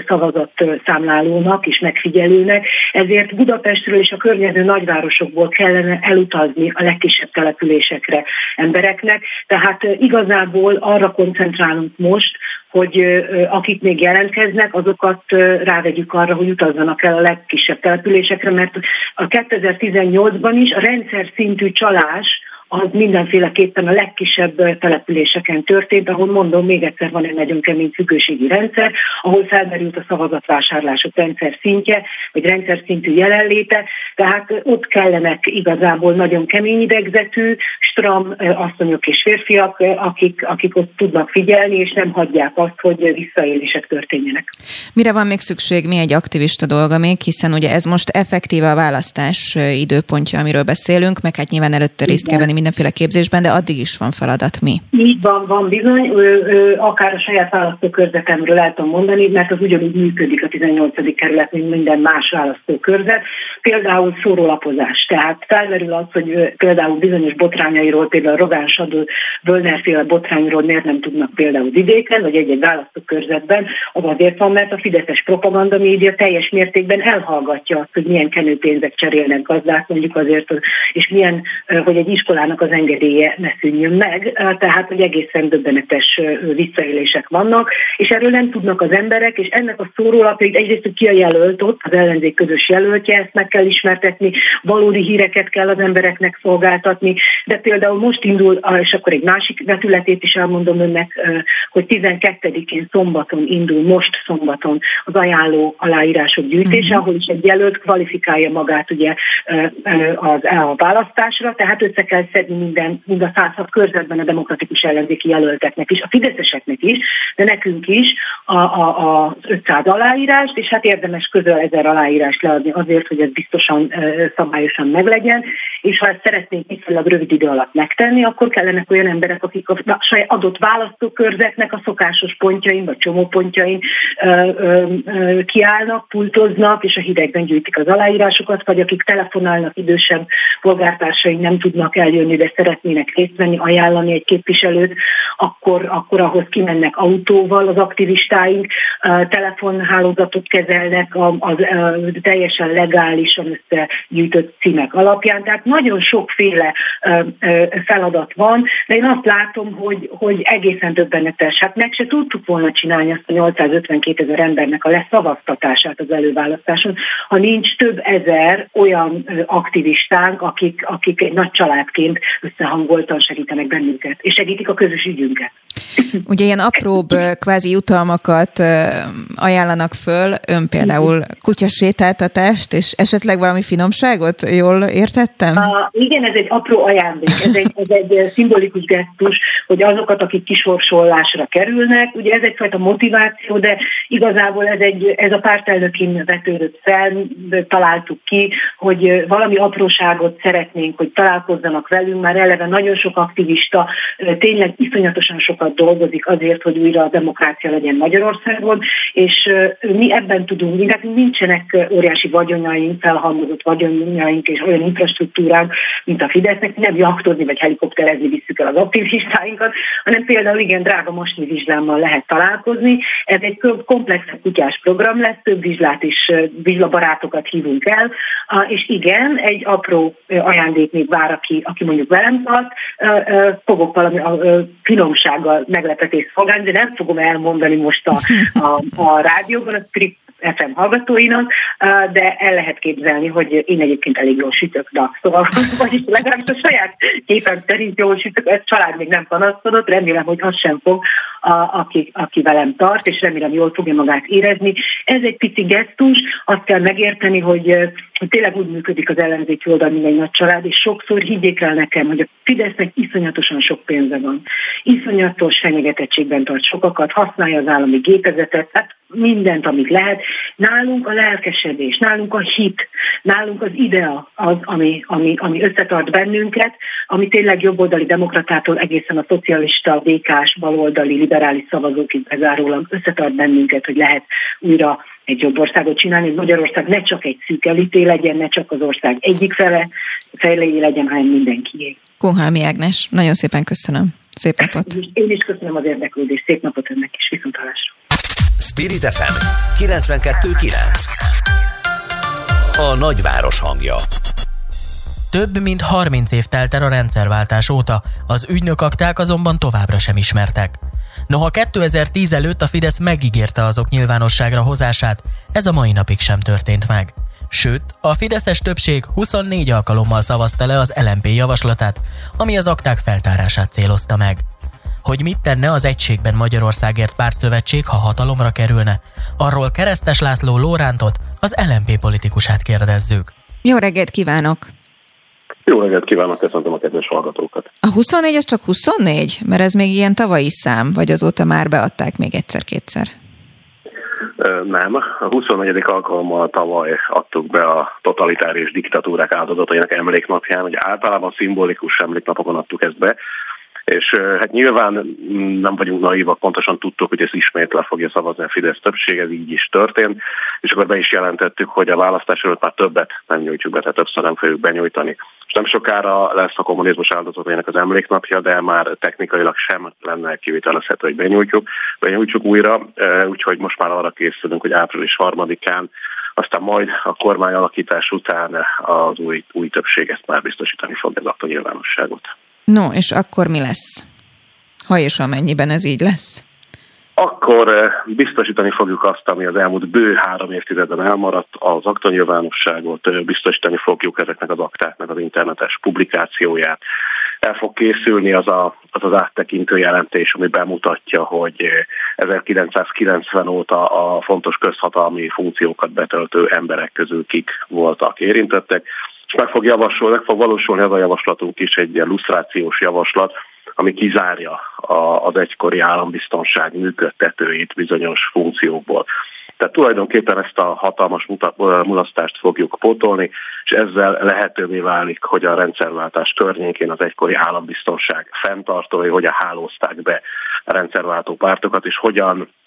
Speaker 6: szavazatszámlálónak és megfigyelőnek, ezért Budapestről és a környező nagyvárosokból kellene elutazni a legkisebb településekre embereknek, tehát igazából arra koncentrálunk most, hogy akik még jelentkeznek, azokat rávegyük arra, hogy utazzanak el a legkisebb településekre, mert a 2018-ban is a rendszer szintű csalás az mindenféleképpen a legkisebb településeken történt, ahol mondom, még egyszer van egy nagyon kemény függőségi rendszer, ahol felmerült a szavazatvásárlások rendszer szintje, vagy rendszer szintű jelenléte, tehát ott kellenek igazából nagyon kemény idegzetű, stram asszonyok és férfiak, akik ott tudnak figyelni, és nem hagyják azt, hogy visszaélések történjenek.
Speaker 2: Mire van még szükség? Mi egy aktivista dolga még, hiszen ugye ez most effektíve a választás időpontja, amiről beszélünk, meg hát nyilván előtte részt kell venni mindenféle képzésben, de addig is van feladat. Mi?
Speaker 6: Így van bizony, akár a saját választókörzetemről el tudom mondani, mert az ugyanúgy működik a 18. kerület, mint minden más választókörzet. Például szórólapozás. Tehát felmerül az, hogy például bizonyos botrányairól, például Rogán Sadó Völner-féle botrányról miért nem tudnak például vidéken, vagy egy-egy választókörzetben, az azért van, mert a fideszes propaganda média teljes mértékben elhallgatja azt, hogy milyen kenőpénzek cserélnek gazdák, mondjuk azért, és milyen, hogy egy iskolán az engedélye ne szűnjön meg, tehát hogy egészen döbbenetes visszaélések vannak, és erről nem tudnak az emberek, és ennek a szórólapjait egyrészt, hogy ki a jelölt ott, az ellenzék közös jelöltje, ezt meg kell ismertetni, valódi híreket kell az embereknek szolgáltatni, de például most indul, és akkor egy másik vetületét is elmondom önnek, hogy 12-én szombaton indul, most szombaton az ajánló aláírások gyűjtése, ahol is egy jelölt kvalifikálja magát ugye a választásra, tehát össze kell szedni mind a 106 körzetben a demokratikus ellenzéki jelölteknek is, a fideszeseknek is, de nekünk is az 500 aláírást, és hát érdemes közel 1000 aláírást leadni azért, hogy ez biztosan szabályosan meglegyen, és ha ezt szeretnénk viszonylag rövid idő alatt megtenni, akkor kellenek olyan emberek, akik a adott választókörzetnek a szokásos pontjain, vagy csomópontjain kiállnak, pultoznak, és a hidegben gyűjtik az aláírásokat, vagy akik telefonálnak, idősebb polgártársaink nem tudnak eljönni amiben szeretnének részt venni, ajánlani egy képviselőt, akkor ahhoz kimennek autóval az aktivistáink, telefonhálózatot kezelnek az teljesen legálisan összegyűjtött címek alapján. Tehát nagyon sokféle feladat van, de én azt látom, hogy egészen döbbenetes. Hát meg se tudtuk volna csinálni azt a 852 000 embernek a leszavaztatását az előválasztáson, ha nincs több ezer olyan aktivistánk, akik egy nagy családként összehangoltan segítenek bennünket, és segítik a közös ügyünket.
Speaker 2: Ugye ilyen apróbb kvázi jutalmakat ajánlanak föl, ön például kutyasétáltatást, és esetleg valami finomságot, jól értettem?
Speaker 6: Igen, ez egy apró ajándék, ez egy szimbolikus gesztus, hogy azokat, akik kisorsolásra kerülnek, ugye ez egyfajta motiváció, de igazából ez a pártelnökin vetődött fel, találtuk ki, hogy valami apróságot szeretnénk, hogy találkozzanak velünk, már eleve nagyon sok aktivista tényleg iszonyatosan sokat dolgozik azért, hogy újra a demokrácia legyen Magyarországon, és mi ebben tudunk, nekünk nincsenek óriási vagyonjaink, felhalmozott vagyonjaink és olyan infrastruktúránk, mint a Fidesznek, nem jaktozni vagy helikopterezni visszük el az aktivistáinkat, hanem például igen, drága mostani vizslámmal lehet találkozni. Ez egy komplex kutyás program lesz, több vizslát is, vizslabarátokat hívunk el, és igen, egy apró ajándék még vár, aki mondjuk velem tart, fogok valami finomsággal meglepetést szolgálni, de nem fogom elmondani most a rádióban, a Trip FM hallgatóinak, de el lehet képzelni, hogy én egyébként elég jól sütök, szóval vagyis legalábbis a saját képem szerint jól sütök, ez család még nem panaszkodott, remélem, hogy az sem fog, aki velem tart, és remélem jól fogja magát érezni. Ez egy pici gesztus, azt kell megérteni, hogy tényleg úgy működik az ellenzéki oldal, mint egy nagy család, és sokszor higgyék el nekem, hogy a Fidesznek iszonyatosan sok pénze van. Iszonyatos fenyegetettségben tart sokakat, használja az állami gépezetet, hát mindent, amit lehet. Nálunk a lelkesedés, nálunk a hit, nálunk az idea az, ami összetart bennünket, ami tényleg jobboldali demokratától egészen a szocialista, DK-s, baloldali, liberális szavazókig bezárólag összetart bennünket, hogy lehet újra egy jobb országot csinálni, hogy Magyarország ne csak egy szűk elité legyen, ne csak az ország egyik feléjé legyen, hanem mindenkié.
Speaker 2: Kunhalmi Ágnes, nagyon szépen köszönöm. Szép napot!
Speaker 6: Én is köszönöm az érdeklődést, szép napot önnek is, viszonthallásra!
Speaker 1: Spirit FM 92.9. A nagyváros hangja.
Speaker 3: Több mint 30 év telt el a rendszerváltás óta, az ügynökakták azonban továbbra sem ismertek. Noha 2010 előtt a Fidesz megígérte azok nyilvánosságra hozását, ez a mai napig sem történt meg. Sőt, a fideszes többség 24 alkalommal szavazta le az LMP javaslatát, ami az akták feltárását célozta meg. Hogy mit tenne az Egységben Magyarországért pártszövetség, ha hatalomra kerülne? Arról Keresztes László Lórántot, az LMP politikusát kérdezzük.
Speaker 2: Jó reggelt kívánok!
Speaker 7: Jó reggelt kívánok, köszöntöm a kedves hallgatókat.
Speaker 2: A 24 az csak 24? Mert ez még ilyen tavalyi szám, vagy azóta már beadták még egyszer-kétszer?
Speaker 7: Nem, a 24. alkalommal tavaly adtuk be a totalitárius diktatúrák áldozatainak emléknapján, hogy általában szimbolikus emléknapokon adtuk ezt be, és hát nyilván nem vagyunk naívak, pontosan tudtuk, hogy ez ismét le fogja szavazni a Fidesz többség, ez így is történt, és akkor be is jelentettük, hogy a választás előtt már többet nem nyújtjuk be, tehát többször nem fogjuk benyújtani. És nem sokára lesz a kommunizmus áldozatainak az emléknapja, de már technikailag sem lenne kivitelezhető, hogy benyújtsuk újra, úgyhogy most már arra készülünk, hogy április 3-án, aztán majd a kormányalakítás után az új többség ezt már biztosítani fog, ez a nyilvánosságot.
Speaker 2: No, és akkor mi lesz? Ha és amennyiben ez így lesz?
Speaker 7: Akkor biztosítani fogjuk azt, ami az elmúlt bő 3 évtizedben elmaradt, az aktanyilvánosságot, biztosítani fogjuk ezeknek az aktáknak az internetes publikációját. El fog készülni az áttekintő jelentés, ami bemutatja, hogy 1990 óta a fontos közhatalmi funkciókat betöltő emberek közül kik voltak érintettek, és meg fog valósulni az a javaslatunk is, egy ilyen lusztrációs javaslat, ami kizárja az egykori állambiztonság működtetőit bizonyos funkciókból. Tehát tulajdonképpen ezt a hatalmas mulasztást fogjuk pótolni, és ezzel lehetővé válik, hogy a rendszerváltás környékén az egykori állambiztonság fenntartói hogyan hálózták be a rendszerváltó pártokat, és hogyan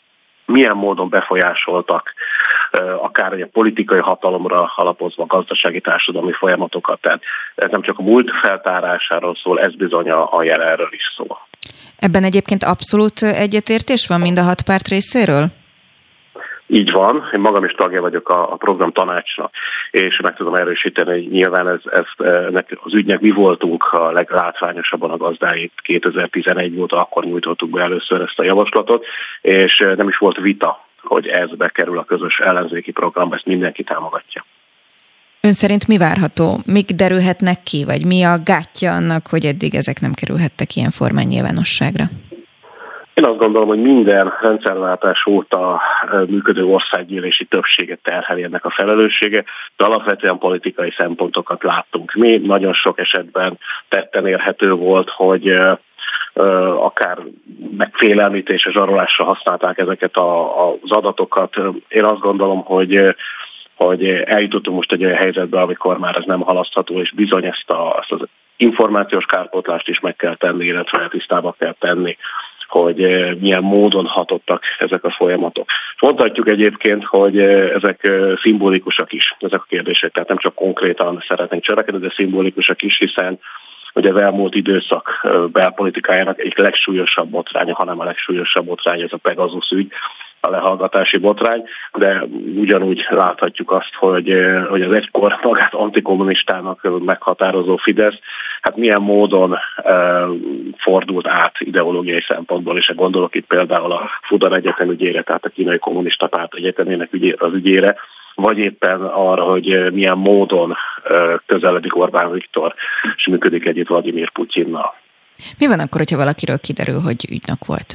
Speaker 7: milyen módon befolyásoltak akár egy politikai hatalomra alapozva gazdasági társadalmi folyamatokat. Tehát ez nem csak a múlt feltárásáról szól, ez bizony a jelenről is szól.
Speaker 2: Ebben egyébként abszolút egyetértés van mind a 6 párt részéről?
Speaker 7: Így van, én magam is tagja vagyok a program tanácsnak, és meg tudom erősíteni, hogy nyilván az ügynek mi voltunk a leglátványosabban a gazdáit. 2011 óta akkor nyújtottuk be először ezt a javaslatot, és nem is volt vita, hogy ez bekerül a közös ellenzéki programba, ezt mindenki támogatja.
Speaker 2: Ön szerint mi várható? Mik derülhetnek ki, vagy mi a gátja annak, hogy eddig ezek nem kerülhettek ilyen formán nyilvánosságra?
Speaker 7: Én azt gondolom, hogy minden rendszerváltás óta működő országgyűlési többséget terheli ennek a felelőssége, de alapvetően politikai szempontokat láttunk. Mi nagyon sok esetben tetten érhető volt, hogy akár megfélelmítésre, zsarolásra használták ezeket az adatokat. Én azt gondolom, hogy eljutottunk most egy olyan helyzetbe, amikor már ez nem halasztható, és bizony ezt az információs kárpótlást is meg kell tenni, illetve tisztába kell tenni, hogy milyen módon hatottak ezek a folyamatok. És mondhatjuk egyébként, hogy ezek szimbolikusak is, ezek a kérdések, tehát nem csak konkrétan szeretnénk cselekedni, de szimbolikusak is, hiszen hogy az elmúlt időszak belpolitikájának egyik legsúlyosabb botránya, hanem a legsúlyosabb botrány, ez a Pegasus ügy, a lehallgatási botrány, de ugyanúgy láthatjuk azt, hogy az egykor magát antikommunistának meghatározó Fidesz, hát milyen módon fordult át ideológiai szempontból, és gondolok itt például a Fudan Egyetem ügyére, tehát a kínai kommunista párt egyetemének az ügyére, vagy éppen arra, hogy milyen módon közeledik Orbán Viktor, és működik együtt Vladimir Putyinnal.
Speaker 2: Mi van akkor, hogyha valakiről kiderül, hogy ügynök volt?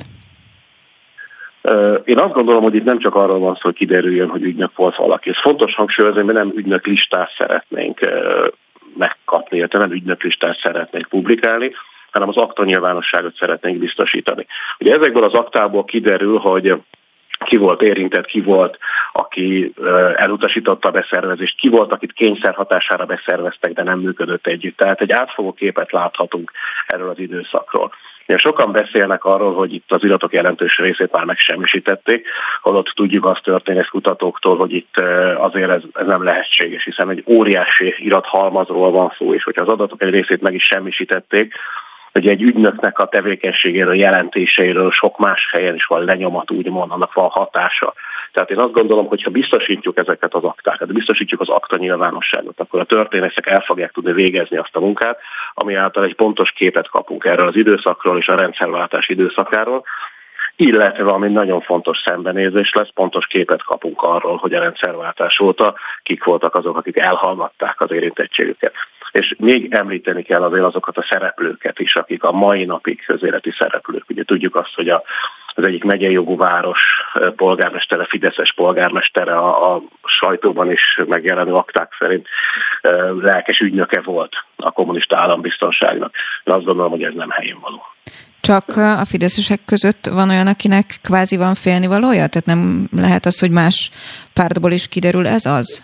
Speaker 7: Én azt gondolom, hogy itt nem csak arról van szó, hogy kiderüljön, hogy ügynök volt valaki. Ez fontos hangsúlyozni, mert nem ügynök listát szeretnénk megkapni, illetve nem ügynök listát szeretnénk publikálni, hanem az akta nyilvánosságot szeretnénk biztosítani. Ugye ezekből az aktából kiderül, hogy ki volt érintett, ki volt, aki elutasította a beszervezést, ki volt, akit kényszer hatására beszerveztek, de nem működött együtt. Tehát egy átfogó képet láthatunk erről az időszakról. Sokan beszélnek arról, hogy itt az iratok jelentős részét már megsemmisítették, holott tudjuk azt történész kutatóktól, hogy itt azért ez nem lehetséges, hiszen egy óriási irathalmazról van szó, és hogyha az adatok egy részét meg is semmisítették, hogy egy ügynöknek a tevékenységéről, jelentéseiről sok más helyen is van lenyomat, úgymond, annak van hatása. Tehát én azt gondolom, hogy ha biztosítjuk ezeket az aktákat, biztosítjuk az akta nyilvánosságot, akkor a történészek el fogják tudni végezni azt a munkát, ami által egy pontos képet kapunk erről az időszakról és a rendszerváltás időszakáról, illetve ami nagyon fontos szembenézés lesz, pontos képet kapunk arról, hogy a rendszerváltás óta kik voltak azok, akik elhallgatták az érintettségüket. És még említeni kell azért azokat a szereplőket is, akik a mai napig közéleti szereplők. Ugye tudjuk azt, hogy az egyik megyei jogú város polgármestere, fideszes polgármestere a sajtóban is megjelenő akták szerint lelkes ügynöke volt a kommunista állambiztonságnak. Én azt gondolom, hogy ez nem helyén való.
Speaker 2: Csak a fideszesek között van olyan, akinek kvázi van félnivalója? Tehát nem lehet az, hogy más pártból is kiderül ez az?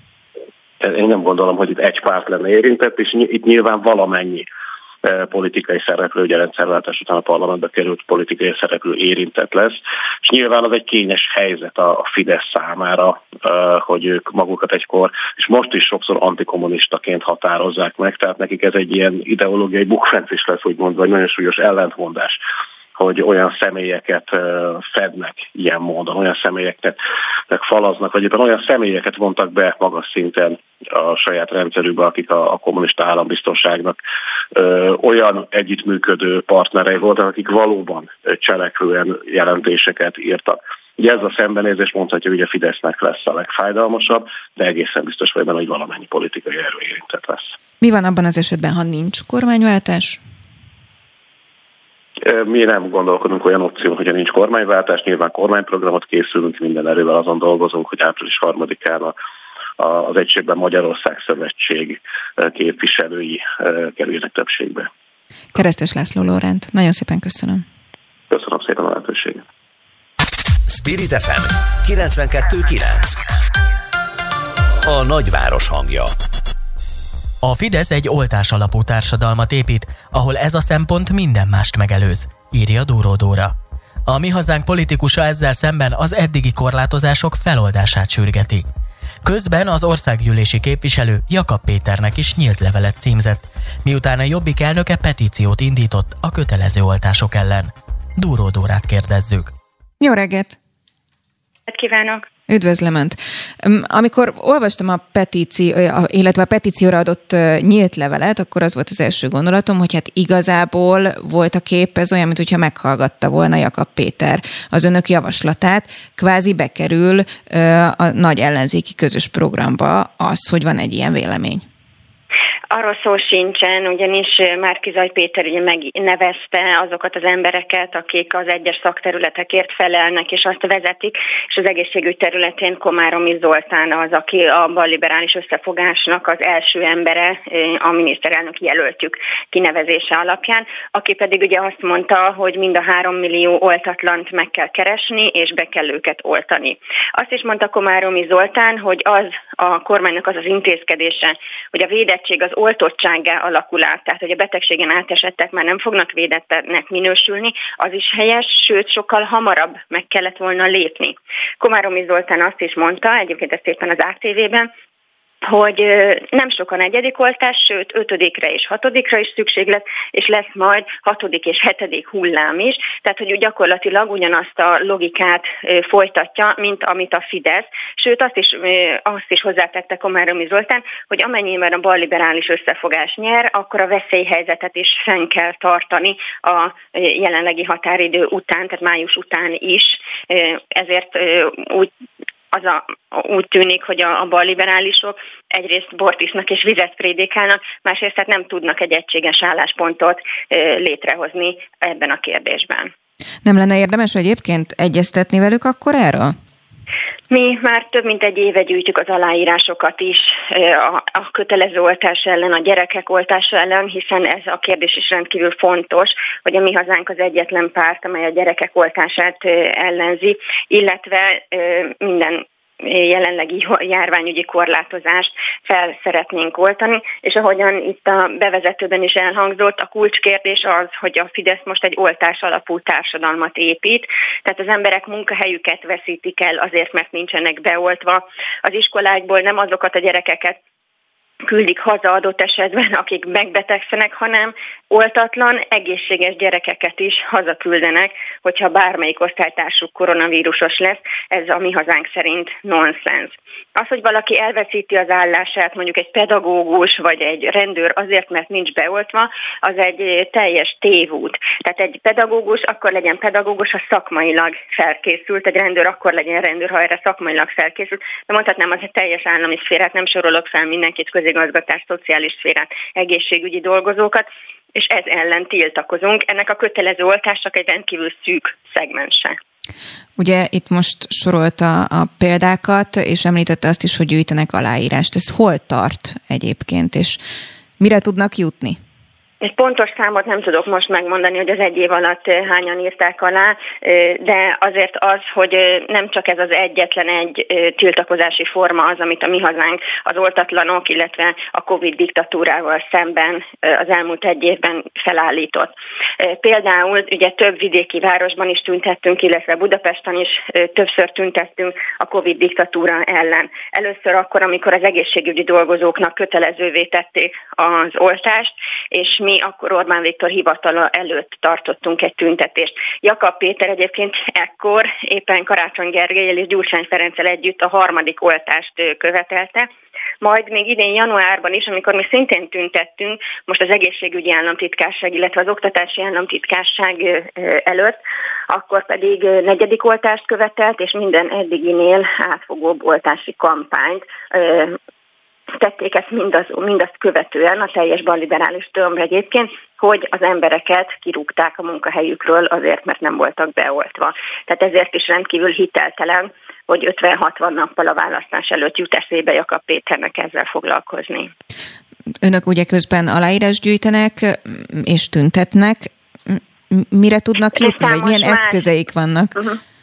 Speaker 7: Én nem gondolom, hogy itt egy párt lenne érintett, és itt nyilván valamennyi politikai szereplő, ugye rendszerváltás után a parlamentbe került politikai szereplő érintett lesz, és nyilván az egy kényes helyzet a Fidesz számára, hogy ők magukat egykor, és most is sokszor antikommunistaként határozzák meg, tehát nekik ez egy ilyen ideológiai bukfenc is lesz, úgymond, vagy nagyon súlyos ellentmondás, hogy olyan személyeket fednek ilyen módon, olyan személyeket falaznak, vagy éppen olyan személyeket vontak be magas szinten a saját rendszerükbe, akik a kommunista állambiztonságnak olyan együttműködő partnerei voltak, akik valóban cselekvően jelentéseket írtak. Ugye ez a szembenézés mondhatja, hogy a Fidesznek lesz a legfájdalmasabb, de egészen biztos vagy benne, hogy valamennyi politikai erő érintett lesz.
Speaker 2: Mi van abban az esetben, ha nincs kormányváltás?
Speaker 7: Mi nem gondolkodunk olyan opción, hogyha nincs kormányváltás, nyilván kormányprogramot készülünk, minden erővel azon dolgozunk, hogy április 3-án az Egységben Magyarország Szövetség képviselői kerüljenek többségbe.
Speaker 2: Keresztes László Lóránt, nagyon szépen köszönöm.
Speaker 7: Köszönöm szépen a lehetőséget.
Speaker 1: Spirit FM 92.9. A nagyváros hangja.
Speaker 3: A Fidesz egy oltás alapú társadalmat épít, ahol ez a szempont minden mást megelőz, írja Dúró Dóra. A Mi Hazánk politikusa ezzel szemben az eddigi korlátozások feloldását sürgeti. Közben az országgyűlési képviselő Jakab Péternek is nyílt levelet címzett, miután a Jobbik elnöke petíciót indított a kötelező oltások ellen. Dúró Dórát kérdezzük.
Speaker 2: Jó reggelt!
Speaker 8: Kívánok!
Speaker 2: Üdvözlöm Önt! Amikor olvastam a petícióra adott nyílt levelet, akkor az volt az első gondolatom, hogy hát igazából volt a kép, ez olyan, mintha meghallgatta volna Jakab Péter az önök javaslatát, kvázi bekerül a nagy ellenzéki közös programba az, hogy van egy ilyen vélemény.
Speaker 8: Arról szó sincsen, ugyanis Márki-Zay Péter ugye megnevezte azokat az embereket, akik az egyes szakterületekért felelnek, és azt vezetik, és az egészségügy területén Komáromi Zoltán az, aki a balliberális összefogásnak az első embere a miniszterelnök jelöltjük kinevezése alapján, aki pedig ugye azt mondta, hogy mind a 3 millió oltatlant meg kell keresni, és be kell őket oltani. Azt is mondta Komáromi Zoltán, hogy az a kormánynak az intézkedése, hogy a védettség az oltottsággá alakul át, tehát hogy a betegségen átesettek már nem fognak védettek minősülni, az is helyes, sőt sokkal hamarabb meg kellett volna lépni. Komáromi Zoltán azt is mondta, egyébként ezt éppen az ATV-ben, hogy nem sok a 4. oltás, sőt 5-re és 6-ra is szükség lesz, és lesz majd 6. és 7. hullám is, tehát hogy gyakorlatilag ugyanazt a logikát folytatja, mint amit a Fidesz, sőt azt is hozzátette Komáromi Zoltán, hogy amennyiben a balliberális összefogás nyer, akkor a veszélyhelyzetet is fenn kell tartani a jelenlegi határidő után, tehát május után is, ezért úgy tűnik, hogy a balliberálisok egyrészt bort isznak és vizet prédikálnak, másrészt hát nem tudnak egy egységes álláspontot létrehozni ebben a kérdésben.
Speaker 2: Nem lenne érdemes egyébként egyeztetni velük akkor erről?
Speaker 8: Mi már több mint egy éve gyűjtjük az aláírásokat is a kötelező oltás ellen, a gyerekek oltása ellen, hiszen ez a kérdés is rendkívül fontos, hogy a Mi Hazánk az egyetlen párt, amely a gyerekek oltását ellenzi, illetve minden jelenlegi járványügyi korlátozást fel szeretnénk oltani, és ahogyan itt a bevezetőben is elhangzott, a kulcskérdés az, hogy a Fidesz most egy oltás alapú társadalmat épít, tehát az emberek munkahelyüket veszítik el azért, mert nincsenek beoltva. Az iskolákból nem azokat a gyerekeket küldik haza adott esetben, akik megbetegszenek, hanem oltatlan, egészséges gyerekeket is hazaküldenek, hogyha bármelyik osztálytársuk koronavírusos lesz, ez a Mi Hazánk szerint nonsens. Az, hogy valaki elveszíti az állását, mondjuk egy pedagógus vagy egy rendőr azért, mert nincs beoltva, az egy teljes tévút. Tehát egy pedagógus akkor legyen pedagógus, ha szakmailag felkészült, egy rendőr akkor legyen rendőr, ha erre szakmailag felkészült. De mondhatnám, az egy teljes állami szférát, nem sorolok fel mindenkit, közigazgatás, szociális szférát, egészségügyi dolgozókat, és ez ellen tiltakozunk. Ennek a kötelező oltás csak egy rendkívül szűk szegmense.
Speaker 2: Ugye itt most sorolta a példákat, és említette azt is, hogy gyűjtenek aláírást. Ez hol tart egyébként, és mire tudnak jutni?
Speaker 8: Egy pontos számot nem tudok most megmondani, hogy az egy év alatt hányan írták alá, de azért az, hogy nem csak ez az egyetlen egy tiltakozási forma az, amit a Mi Hazánk az oltatlanok, illetve a Covid diktatúrával szemben az elmúlt egy évben felállított. Például ugye több vidéki városban is tüntettünk, illetve Budapesten is többször tüntettünk a Covid diktatúra ellen. Először akkor, amikor az egészségügyi dolgozóknak kötelezővé tették az oltást, és mi akkor Orbán Viktor hivatala előtt tartottunk egy tüntetést. Jakab Péter egyébként ekkor éppen Karácsony Gergellyel és Gyurcsány Ferenccel együtt a 3. oltást követelte. Majd még idén januárban is, amikor mi szintén tüntettünk, most az egészségügyi államtitkárság, illetve az oktatási államtitkárság előtt, akkor pedig 4. oltást követelt, és minden eddiginél átfogóbb oltási kampányt tették ezt mindazt követően a teljes balliberális tömbre egyébként, hogy az embereket kirúgták a munkahelyükről azért, mert nem voltak beoltva. Tehát ezért is rendkívül hiteltelen, hogy 50-60 nappal a választás előtt jut eszébe Jakab Péternek ezzel foglalkozni.
Speaker 2: Önök ugye közben aláírás gyűjtenek és tüntetnek. Mire tudnak jutni, vagy milyen eszközeik vannak?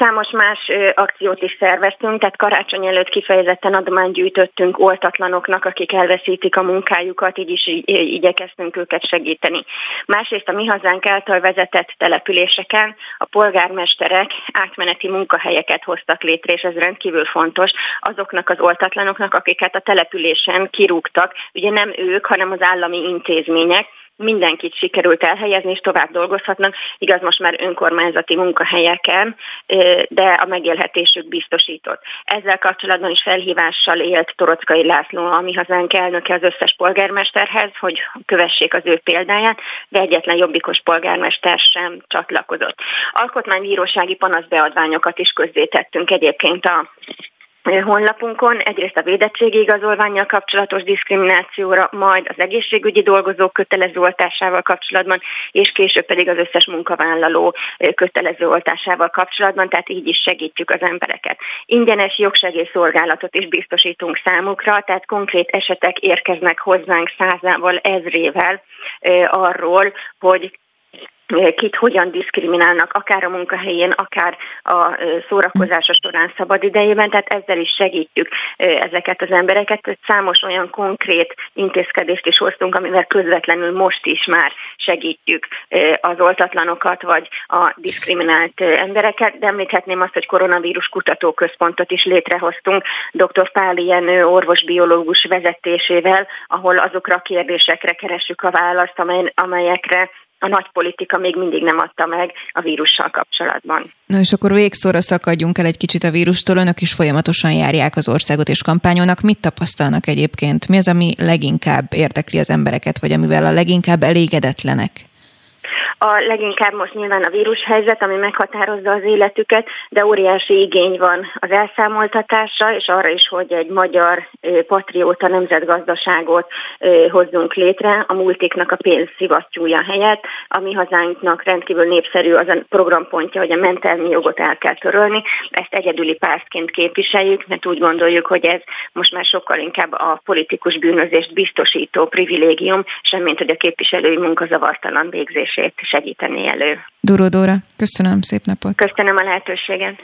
Speaker 8: Számos más akciót is szerveztünk, tehát karácsony előtt kifejezetten adományt gyűjtöttünk oltatlanoknak, akik elveszítik a munkájukat, így is igyekeztünk őket segíteni. Másrészt a Mi Hazánk által vezetett településeken a polgármesterek átmeneti munkahelyeket hoztak létre, és ez rendkívül fontos azoknak az oltatlanoknak, akiket a településen kirúgtak. Ugye nem ők, hanem az állami intézmények. Mindenkit sikerült elhelyezni, és tovább dolgozhatnak, igaz most már önkormányzati munkahelyeken, de a megélhetésük biztosított. Ezzel kapcsolatban is felhívással élt Torockai László, a Mi Hazánk elnöke, az összes polgármesterhez, hogy kövessék az ő példáját, de egyetlen jobbikos polgármester sem csatlakozott. Alkotmánybírósági panaszbeadványokat is közzétettünk egyébként a honlapunkon, egyrészt a védettségi igazolvánnyal kapcsolatos diszkriminációra, majd az egészségügyi dolgozók kötelező oltásával kapcsolatban, és később pedig az összes munkavállaló kötelező oltásával kapcsolatban, tehát így is segítjük az embereket. Ingyenes jogsegélyszolgálatot is biztosítunk számukra, tehát konkrét esetek érkeznek hozzánk százával, ezrével arról, hogy kit hogyan diszkriminálnak, akár a munkahelyén, akár a szórakozása során szabadidejében, tehát ezzel is segítjük ezeket az embereket. Számos olyan konkrét intézkedést is hoztunk, amivel közvetlenül most is már segítjük az oltatlanokat, vagy a diszkriminált embereket, de említhetném azt, hogy koronavírus kutatóközpontot is létrehoztunk dr. Páli Jenő orvosbiológus vezetésével, ahol azokra a kérdésekre keressük a választ, amelyekre a nagy politika még mindig nem adta meg a vírussal kapcsolatban.
Speaker 2: Na és akkor végszóra szakadjunk el egy kicsit a vírustól. Önök is folyamatosan járják az országot és kampányolnak. Mit tapasztalnak egyébként? Mi az, ami leginkább érdekli az embereket, vagy amivel a leginkább elégedetlenek?
Speaker 8: A leginkább most nyilván a vírushelyzet, ami meghatározza az életüket, de óriási igény van az elszámoltatásra, és arra is, hogy egy magyar patrióta nemzetgazdaságot hozzunk létre, a multiknak a pénzszivattyúja helyett. A Mi Hazánknak rendkívül népszerű az a programpontja, hogy a mentelmi jogot el kell törölni. Ezt egyedüli pártként képviseljük, mert úgy gondoljuk, hogy ez most már sokkal inkább a politikus bűnözést biztosító privilégium, semmint hogy a képviselői munka zavartalan végzését segíteni elő.
Speaker 2: Duró Dóra, köszönöm, szép napot!
Speaker 8: Köszönöm a lehetőséget!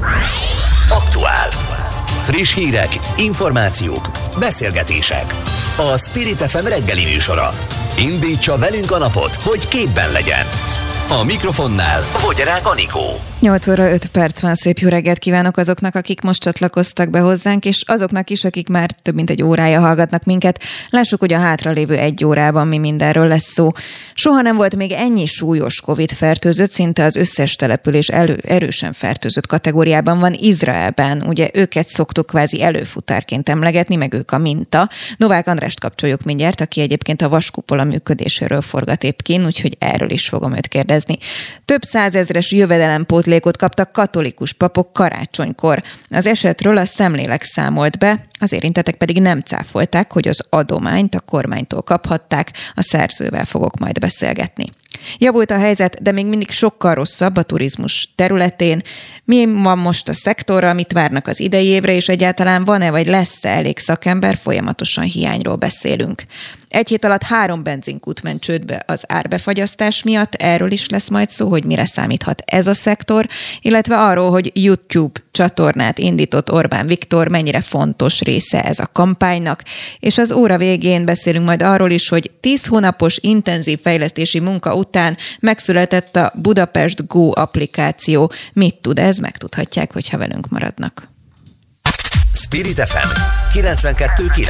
Speaker 1: Aktuál. Friss hírek, információk, beszélgetések. A Spirit FM reggeli műsora. Indítsa velünk a napot, hogy képben legyen. A mikrofonnál Vogyarák Anikó.
Speaker 2: 8 óra 5 perc van, szép jó reggelt kívánok azoknak, akik most csatlakoztak be hozzánk, és azoknak is, akik már több mint egy órája hallgatnak minket. Lássuk, hogy a hátralévő egy órában mi mindenről lesz szó. Soha nem volt még ennyi súlyos Covid-fertőzött, szinte az összes település erősen fertőzött kategóriában van Izraelben. Ugye őket szoktuk kvázi előfutárként emlegetni, meg ők a minta. Novák Andrást kapcsoljuk mindjárt, aki egyébként a vaskupola működéséről forgat épp kín, úgyhogy erről is fogom őt kérdezni. Több százezres jövedelempótlékot kaptak katolikus papok karácsonykor. Az esetről a Szemlélek számolt be, az érintettek pedig nem cáfolták, hogy az adományt a kormánytól kaphatták, a szerzővel fogok majd beszélgetni. Javult a helyzet, de még mindig sokkal rosszabb a turizmus területén. Mi van most a szektorra, mit várnak az idei évre, és egyáltalán van-e vagy lesz-e elég szakember, folyamatosan hiányról beszélünk. Egy hét alatt 3 benzinkút ment csődbe az árbefagyasztás miatt, erről is lesz majd szó, hogy mire számíthat ez a szektor, illetve arról, hogy YouTube csatornát indított Orbán Viktor, mennyire fontos része ez a kampánynak, és az óra végén beszélünk majd arról is, hogy 10 hónapos intenzív fejlesztési munka után megszületett a Budapest Go applikáció. Mit tud ez? Megtudhatják, hogyha velünk maradnak.
Speaker 1: Spirit FM 92.9.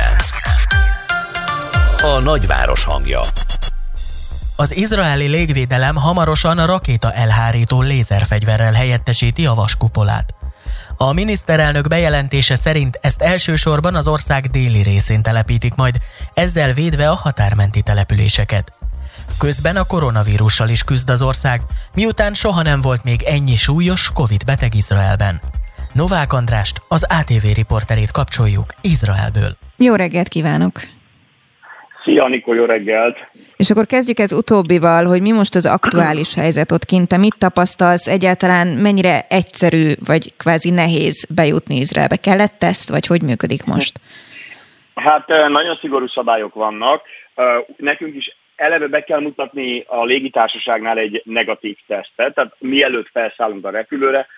Speaker 1: A nagyváros hangja.
Speaker 3: Az izraeli légvédelem hamarosan a rakéta elhárító lézerfegyverrel helyettesíti a vaskupolát. A miniszterelnök bejelentése szerint ezt elsősorban az ország déli részén telepítik majd, ezzel védve a határmenti településeket. Közben a koronavírussal is küzd az ország, miután soha nem volt még ennyi súlyos Covid-beteg Izraelben. Novák Andrást, az ATV riporterét kapcsoljuk Izraelből.
Speaker 2: Jó reggelt kívánok!
Speaker 9: Szia, Nikó, jó reggelt!
Speaker 2: És akkor kezdjük ez utóbbival, hogy mi most az aktuális helyzet ott kint, te mit tapasztalsz, egyáltalán mennyire egyszerű, vagy kvázi nehéz bejutni Izraelbe? Kellett teszt, vagy hogy működik most?
Speaker 9: Hát nagyon szigorú szabályok vannak. Nekünk is eleve be kell mutatni a légitársaságnál egy negatív tesztet, tehát mielőtt felszállunk a repülőre,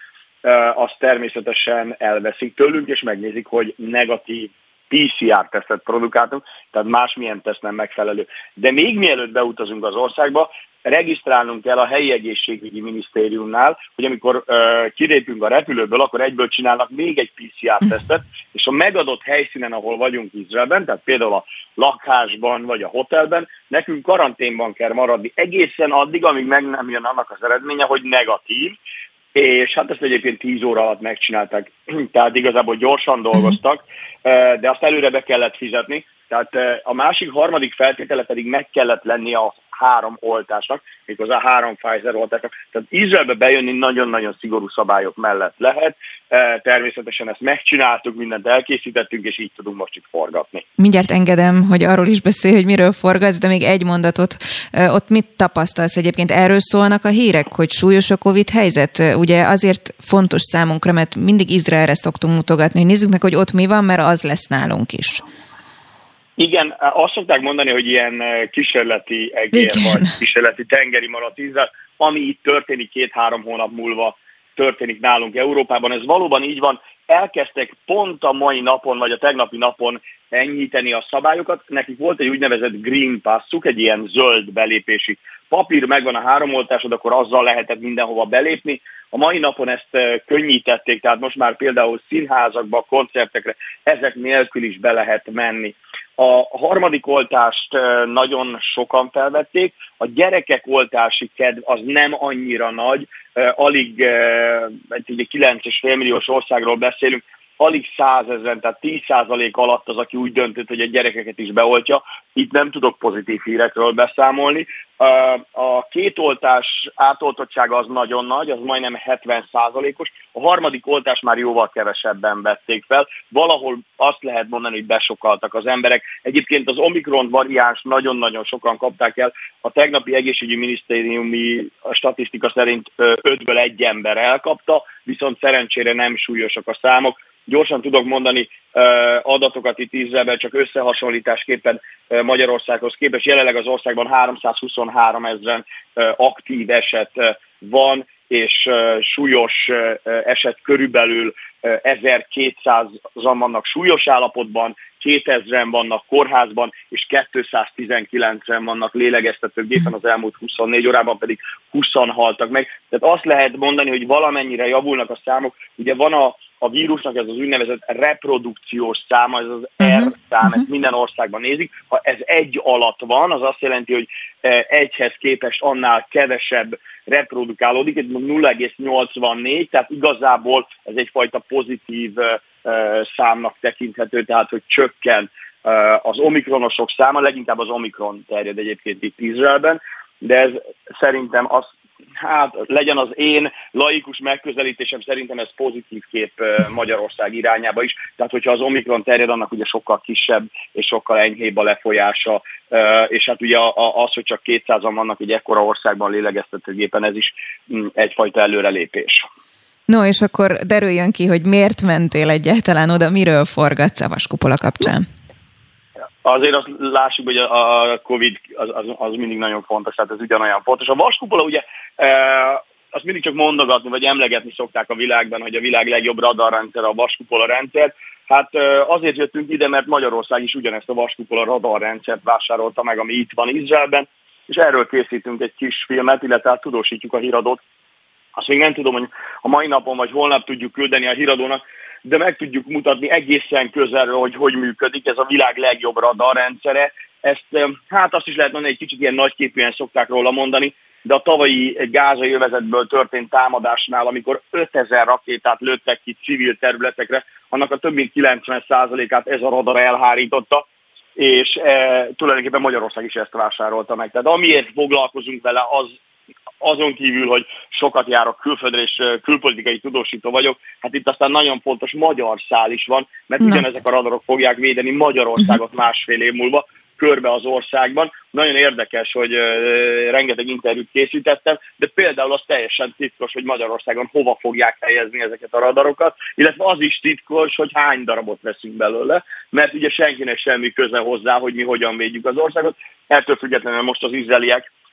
Speaker 9: azt természetesen elveszik tőlünk, és megnézik, hogy negatív PCR-tesztet produkáltunk, tehát másmilyen teszt nem megfelelő. De még mielőtt beutazunk az országba, regisztrálnunk kell a helyi egészségügyi minisztériumnál, hogy amikor kilépünk a repülőből, akkor egyből csinálnak még egy PCR-tesztet, és a megadott helyszínen, ahol vagyunk Izraelben, tehát például a lakásban vagy a hotelben, nekünk karanténban kell maradni egészen addig, amíg meg nem jön annak az eredménye, hogy negatív, és hát ezt egyébként 10 óra alatt megcsinálták, tehát igazából gyorsan dolgoztak, de azt előre be kellett fizetni, tehát a harmadik feltétele pedig meg kellett lennie a 3 oltásnak, méghozzá 3 Pfizer oltásnak. Tehát Izraelbe bejönni nagyon-nagyon szigorú szabályok mellett lehet. Természetesen ezt megcsináltuk, mindent elkészítettünk, és így tudunk most itt forgatni.
Speaker 2: Mindjárt engedem, hogy arról is beszélj, hogy miről forgatsz, de még egy mondatot. Ott mit tapasztalsz egyébként? Erről szólnak a hírek, hogy súlyos a Covid helyzet? Ugye azért fontos számunkra, mert mindig Izraelre szoktunk mutogatni, hogy nézzük meg, hogy ott mi van, mert az lesz nálunk is.
Speaker 9: Igen, azt szokták mondani, hogy ilyen kísérleti egér vagy kísérleti tengeri maradt Izrael, ami itt történik 2-3 hónap múlva történik nálunk Európában. Ez valóban így van. Elkezdtek pont a mai napon, vagy a tegnapi napon enyhíteni a szabályokat. Nekik volt egy úgynevezett Green Passuk, egy ilyen zöld belépési papír, megvan a 3 oltásod, akkor azzal lehetett mindenhova belépni. A mai napon ezt könnyítették, tehát most már például színházakba, koncertekre ezek nélkül is be lehet menni. A harmadik oltást nagyon sokan felvették, a gyerekek oltási kedv az nem annyira nagy, alig 9,5 milliós országról beszélünk, alig 100 000, tehát 10% alatt az, aki úgy döntött, hogy a gyerekeket is beoltja. Itt nem tudok pozitív hírekről beszámolni. A 2 oltás átoltottsága az nagyon nagy, az majdnem 70%-os. A harmadik oltás már jóval kevesebben vették fel. Valahol azt lehet mondani, hogy besokaltak az emberek. Egyébként az Omikron variáns nagyon-nagyon sokan kapták el. A tegnapi egészségügyi minisztériumi statisztika szerint 5-ből 1 ember elkapta, viszont szerencsére nem súlyosak a számok. Gyorsan tudok mondani adatokat itt Izraelben, csak összehasonlításképpen Magyarországhoz képest. Jelenleg az országban 323 000 aktív eset van, és súlyos eset körülbelül 1200-an vannak súlyos állapotban, 2000-en vannak kórházban, és 219-en vannak lélegeztetőgépen, az elmúlt 24 órában pedig 20-an haltak meg. Tehát azt lehet mondani, hogy valamennyire javulnak a számok. Ugye van a vírusnak ez az úgynevezett reprodukciós száma, ez az R szám, ezt minden országban nézik. Ha ez 1 alatt van, az azt jelenti, hogy 1-hez képest annál kevesebb reprodukálódik, ez 0,84, tehát igazából ez egyfajta pozitív számnak tekinthető, tehát hogy csökken az omikronosok száma, leginkább az omikron terjed egyébként itt Izraelben, de ez szerintem az, legyen az én laikus megközelítésem, szerintem ez pozitív kép Magyarország irányába is. Tehát, hogyha az omikron terjed, annak ugye sokkal kisebb és sokkal enyhébb a lefolyása, és hát ugye az, hogy csak 200-an vannak egy ekkora országban lélegeztetőgépen, ez is egyfajta előrelépés.
Speaker 2: No, és akkor derüljön ki, hogy miért mentél egyáltalán oda, miről forgatsz a vaskupola kapcsán?
Speaker 9: Azért azt lássuk, hogy a Covid az mindig nagyon fontos, tehát ez ugyanolyan fontos. A vaskupola ugye azt mindig csak mondogatni, vagy emlegetni szokták a világban, hogy a világ legjobb radarrendszer a vaskupola rendszer. Hát azért jöttünk ide, mert Magyarország is ugyanezt a vaskupola radarrendszert vásárolta meg, ami itt van Izraelben, és erről készítünk egy kis filmet, illetve hát tudósítjuk a híradót. Azt még nem tudom, hogy a mai napon vagy holnap tudjuk küldeni a híradónak, de meg tudjuk mutatni egészen közelről, hogy működik ez a világ legjobb radarrendszere. Ezt hát azt is lehet mondani, egy kicsit ilyen nagyképűen szokták róla mondani, de a tavalyi gázai övezetből történt támadásnál, amikor 5000 rakétát lőttek ki civil területekre, annak a több mint 90%-át ez a radar elhárította, és tulajdonképpen Magyarország is ezt vásárolta meg. Tehát amiért foglalkozunk vele, azon kívül, hogy sokat járok külföldre, és külpolitikai tudósító vagyok, hát itt aztán nagyon fontos magyar szál is van, mert ugyanezek a radarok fogják védeni Magyarországot másfél év múlva körbe az országban. Nagyon érdekes, hogy rengeteg interjút készítettem, de például az teljesen titkos, hogy Magyarországon hova fogják helyezni ezeket a radarokat, illetve az is titkos, hogy hány darabot veszünk belőle, mert ugye senkinek semmi köze hozzá, hogy mi hogyan védjük az országot. Ettől függetlenül most az izraeliek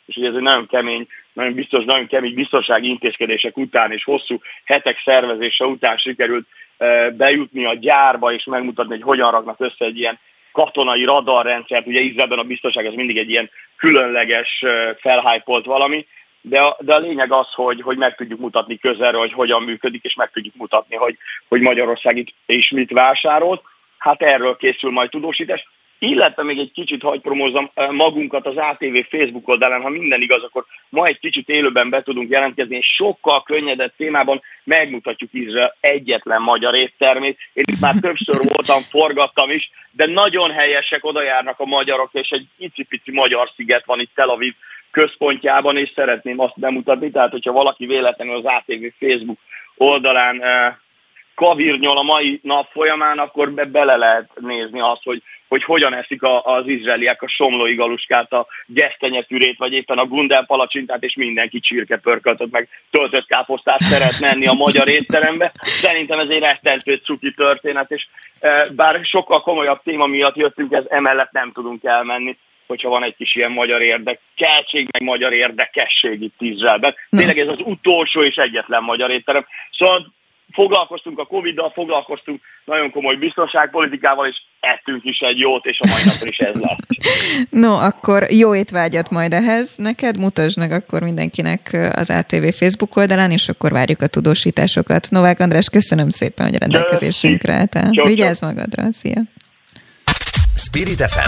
Speaker 9: és ugye ez egy nagyon kemény, nagyon kemény biztonsági intézkedések után és hosszú hetek szervezése után sikerült bejutni a gyárba és megmutatni, hogy hogyan raknak össze egy ilyen katonai radarrendszert. Ugye Izraelben a biztonság az mindig egy ilyen különleges, felhájpolt valami, de a lényeg az, hogy meg tudjuk mutatni közelről, hogy hogyan működik, és meg tudjuk mutatni, hogy Magyarország itt is mit vásárolt. Hát erről készül majd tudósítás. Illetve még egy kicsit hagy promózzam magunkat az ATV Facebook oldalán, ha minden igaz, akkor ma egy kicsit élőben be tudunk jelentkezni, és sokkal könnyedebb témában megmutatjuk Izrael egyetlen magyar éttermét. Én itt már többször voltam, forgattam is, de nagyon helyesek, oda járnak a magyarok, és egy icipici magyar sziget van itt Tel Aviv központjában, és szeretném azt bemutatni, tehát hogyha valaki véletlenül az ATV Facebook oldalán kavirnyol a mai nap folyamán, akkor bele lehet nézni azt, hogy hogyan eszik az izraeliek a somlói galuskát, a gesztenyepürét, vagy éppen a gundel palacsintát, és mindenki csirkepörköltöt, meg töltött káposztát szeretne enni a magyar étterembe. Szerintem ez egy rettentő cuki történet, és bár sokkal komolyabb téma miatt jöttünk, ez emellett nem tudunk elmenni, hogyha van egy kis ilyen magyar érdekeltség, meg magyar érdekesség itt Izraelben. Tényleg ez az utolsó és egyetlen magyar étterem. Szóval foglalkoztunk a Covid-dal, foglalkoztunk nagyon komoly biztonságpolitikával, és ettünk is egy jót, és a mai napon is ez lesz.
Speaker 2: No, akkor jó étvágyat majd ehhez neked, mutasd meg akkor mindenkinek az ATV Facebook oldalán, és akkor várjuk a tudósításokat. Novák András, köszönöm szépen, hogy a rendelkezésünkre álltál. Vigyázz magadra, szia!
Speaker 1: Spirit FM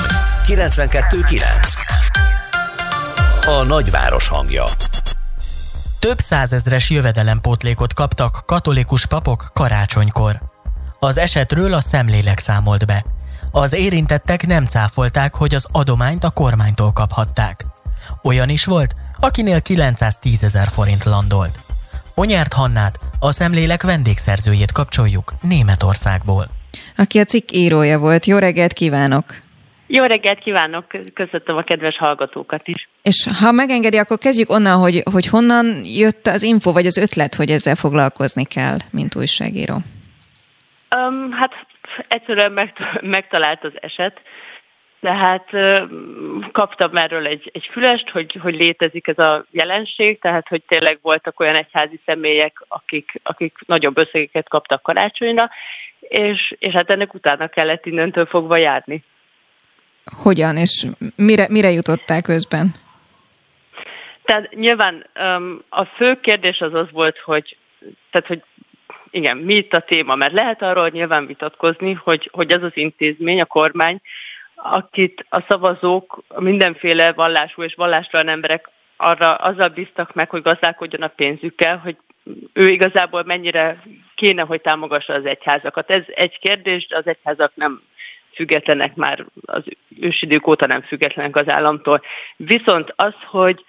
Speaker 1: 92.9. A nagyváros hangja.
Speaker 3: Több százezres jövedelempótlékot kaptak katolikus papok karácsonykor. Az esetről a Szemlélek számolt be. Az érintettek nem cáfolták, hogy az adományt a kormánytól kaphatták. Olyan is volt, akinél 910 000 forint landolt. Onyárt Hannát, a Szemlélek vendégszerzőjét kapcsoljuk Németországból.
Speaker 2: Aki a cikk írója volt. Jó reggelt kívánok!
Speaker 10: Jó reggelt kívánok, köszöntöm a kedves hallgatókat is.
Speaker 2: És ha megengedi, akkor kezdjük onnan, hogy honnan jött az info, vagy az ötlet, hogy ezzel foglalkozni kell, mint újságíró?
Speaker 10: Hát egyszerűen megtalált az eset, tehát kaptam erről egy fülest, hogy létezik ez a jelenség, tehát hogy tényleg voltak olyan egyházi személyek, akik nagyobb összegeket kaptak karácsonyra, és hát ennek utána kellett innentől fogva járni.
Speaker 2: Hogyan, és mire jutották közben?
Speaker 10: Tehát nyilván a fő kérdés az volt, hogy igen, mi itt a téma, mert lehet arról nyilván vitatkozni, hogy az az intézmény, a kormány, akit a szavazók, mindenféle vallású és vallástalan emberek azzal bíztak meg, hogy gazdálkodjon a pénzükkel, hogy ő igazából mennyire kéne, hogy támogassa az egyházakat. Ez egy kérdés, az egyházak nem függetlenek már, az ősidők óta nem függetlenek az államtól. Viszont hogy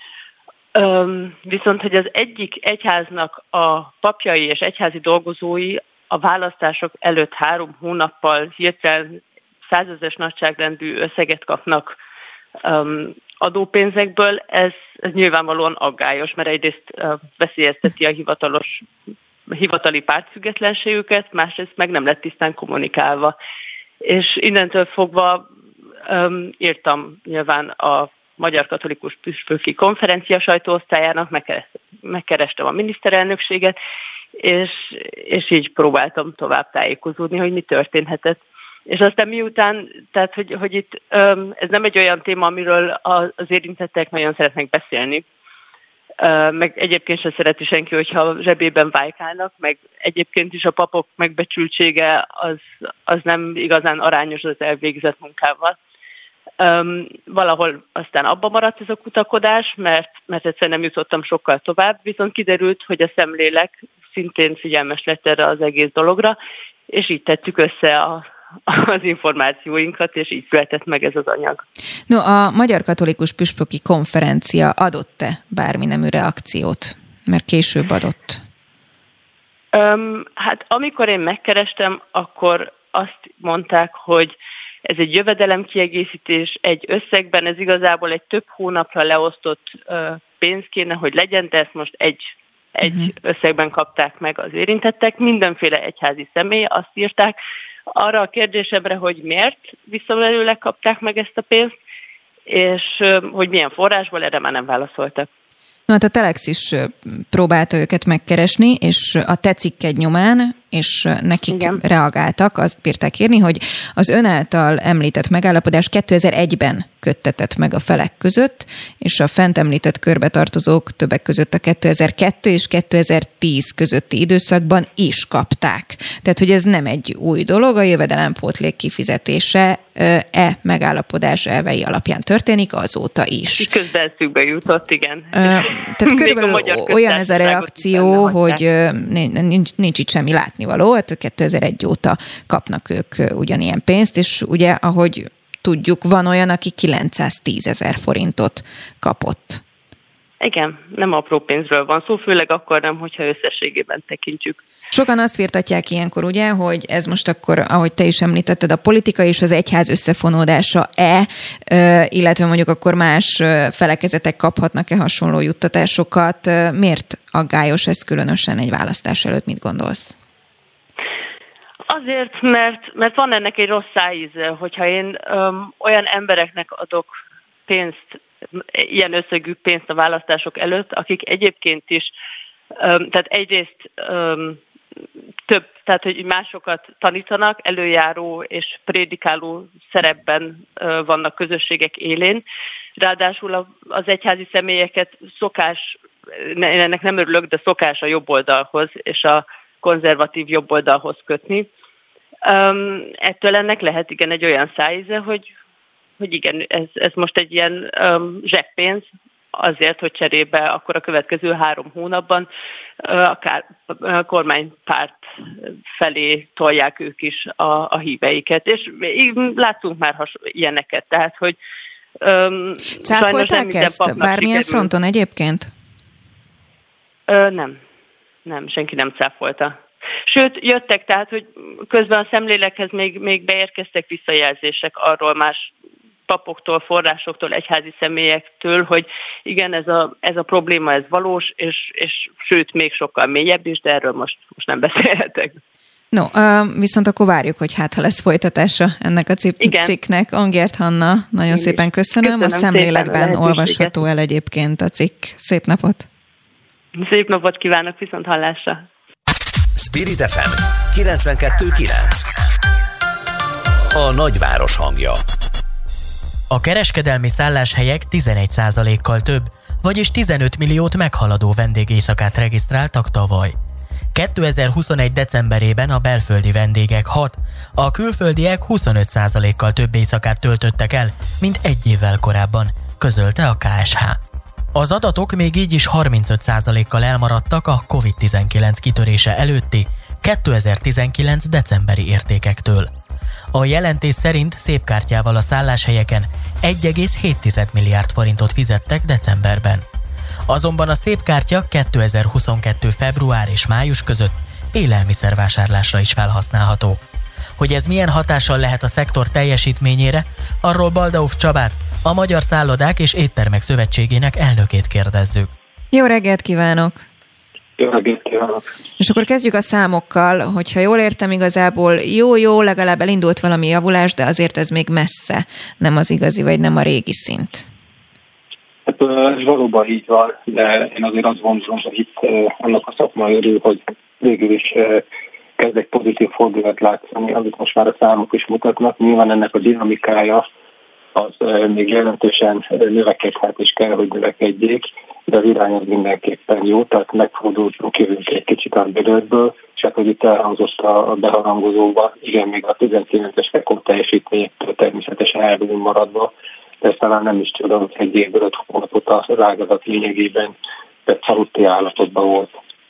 Speaker 10: az egyik egyháznak a papjai és egyházi dolgozói a választások előtt 3 hónappal hirtelen 100 000-es nagyságrendű összeget kapnak adópénzekből, ez nyilvánvalóan aggályos, mert egyrészt veszélyezteti a hivatali pártfüggetlenségüket, másrészt meg nem lett tisztán kommunikálva. És innentől fogva írtam nyilván a Magyar Katolikus Püspöki Konferencia sajtóosztályának, megkerestem a miniszterelnökséget, és így próbáltam tovább tájékozódni, hogy mi történhetett. És aztán miután, tehát hogy itt ez nem egy olyan téma, amiről az érintettek nagyon szeretnek beszélni, meg egyébként sem szereti senki, hogyha zsebében vájkálnak, meg egyébként is a papok megbecsültsége az nem igazán arányos az elvégzett munkával. Valahol aztán abba maradt ez a kutakodás, mert egyszerűen nem jutottam sokkal tovább, viszont kiderült, hogy a Szemlélek szintén figyelmes lett erre az egész dologra, és így tettük össze az információinkat, és így született meg ez az anyag.
Speaker 2: No, a Magyar Katolikus Püspöki Konferencia adott-e bármi nemű reakciót? Mert később adott.
Speaker 10: Hát amikor én megkerestem, akkor azt mondták, hogy ez egy jövedelemkiegészítés egy összegben, ez igazából egy több hónapra leosztott pénz kéne, hogy legyen, de ezt most egy összegben kapták meg az érintettek. Mindenféle egyházi személy, azt írták. Arra a kérdésemre, hogy miért visszavelőleg kapták meg ezt a pénzt, és hogy milyen forrásból, erre már nem válaszoltak.
Speaker 2: Na hát a Telex is próbálta őket megkeresni, és a te cikked nyomán, és nekik reagáltak, azt bírták írni, hogy az ön által említett megállapodás 2001-ben köttetett meg a felek között, és a fent említett körbe tartozók többek között a 2002 és 2010 közötti időszakban is kapták. Tehát, hogy ez nem egy új dolog, a jövedelempótlék kifizetése megállapodás elvei alapján történik azóta is.
Speaker 10: Közben eszükbe jutott, igen.
Speaker 2: Tehát körülbelül olyan ez a reakció, hogy nincs itt semmi látnivaló, hát 2001 óta kapnak ők ugyanilyen pénzt, és ugye, ahogy tudjuk, van olyan, aki 910 000 forintot kapott.
Speaker 10: Igen, nem apró pénzről van szó, főleg akkor nem, hogyha összességében tekintjük.
Speaker 2: Sokan azt firtatják ilyenkor, ugye, hogy ez most akkor, ahogy te is említetted, a politika és az egyház összefonódása-e, illetve mondjuk akkor más felekezetek kaphatnak-e hasonló juttatásokat. Miért aggályos ez különösen egy választás előtt, mit gondolsz?
Speaker 10: Azért, mert van ennek egy rossz szájíze, hogyha én olyan embereknek adok pénzt, ilyen összegű pénzt a választások előtt, akik egyébként is, tehát egyrészt több, tehát hogy másokat tanítanak, előjáró és prédikáló szerepben vannak közösségek élén. Ráadásul az egyházi személyeket szokás, ennek nem örülök, de szokás a jobb oldalhoz és a konzervatív jobb oldalhoz kötni. Ettől ennek lehet igen egy olyan szájíze, hogy igen, ez most egy ilyen zseppénz, azért, hogy cserébe akkor a következő 3 hónapban akár a kormánypárt felé tolják ők is a híveiket. És látszunk már ilyeneket, tehát, hogy
Speaker 2: cáfolták ezt bármilyen fronton egyébként?
Speaker 10: Nem, senki nem cáfolta. Sőt, jöttek, tehát, hogy közben a szemlélekhez még beérkeztek visszajelzések arról más papoktól, forrásoktól, egyházi személyektől, hogy igen, ez a probléma, ez valós, és sőt, még sokkal mélyebb is, de erről most nem beszélhetek.
Speaker 2: No, viszont akkor várjuk, hogy ha lesz folytatása ennek a cikknek. Angert Hanna, nagyon szépen köszönöm. A Szemlélekben olvasható el egyébként a cikk. Szép napot!
Speaker 10: Szép napot kívánok, viszont hallásra!
Speaker 1: Spirit FM 92.9. A nagyváros hangja.
Speaker 3: A kereskedelmi szálláshelyek 11%-kal több, vagyis 15 milliót meghaladó vendégészakát regisztráltak tavaly. 2021. decemberében a belföldi vendégek 6, a külföldiek 25%-kal több éjszakát töltöttek el, mint egy évvel korábban, közölte a KSH. Az adatok még így is 35%-kal elmaradtak a COVID-19 kitörése előtti 2019. decemberi értékektől. A jelentés szerint szépkártyával a szálláshelyeken 1,7 milliárd forintot fizettek decemberben. Azonban a szépkártya 2022. február és május között élelmiszervásárlásra is felhasználható. Hogy ez milyen hatással lehet a szektor teljesítményére, arról Baldauf Csabát, a Magyar Szállodák és Éttermek Szövetségének elnökét kérdezzük.
Speaker 2: Jó reggelt kívánok!
Speaker 11: Jó reggelt kívánok!
Speaker 2: És akkor kezdjük a számokkal, hogyha jól értem, igazából jó, legalább elindult valami javulás, de azért ez még messze nem az igazi, vagy nem a régi szint.
Speaker 11: Hát ez valóban így van, de én azért azt gondolom, hogy itt annak a szakmai örül, hogy végül is kezd egy pozitív fordulat látszani, amit most már a számok is mutatnak. Nyilván ennek a dinamikája az még jelentősen növekedhet, és kell, hogy növekedjék, de az irány az mindenképpen jó, tehát megfordultunk, jövünk egy kicsit a bőrökből, és hát, hogy itt elhangzott a beharangozóba, igen, még a 19-es rekord teljesítményektől természetesen elbújunk maradva, de ez talán nem is tudom, hogy egy évből 5 hónapot az ágazat lényegében szarutti állapotban volt.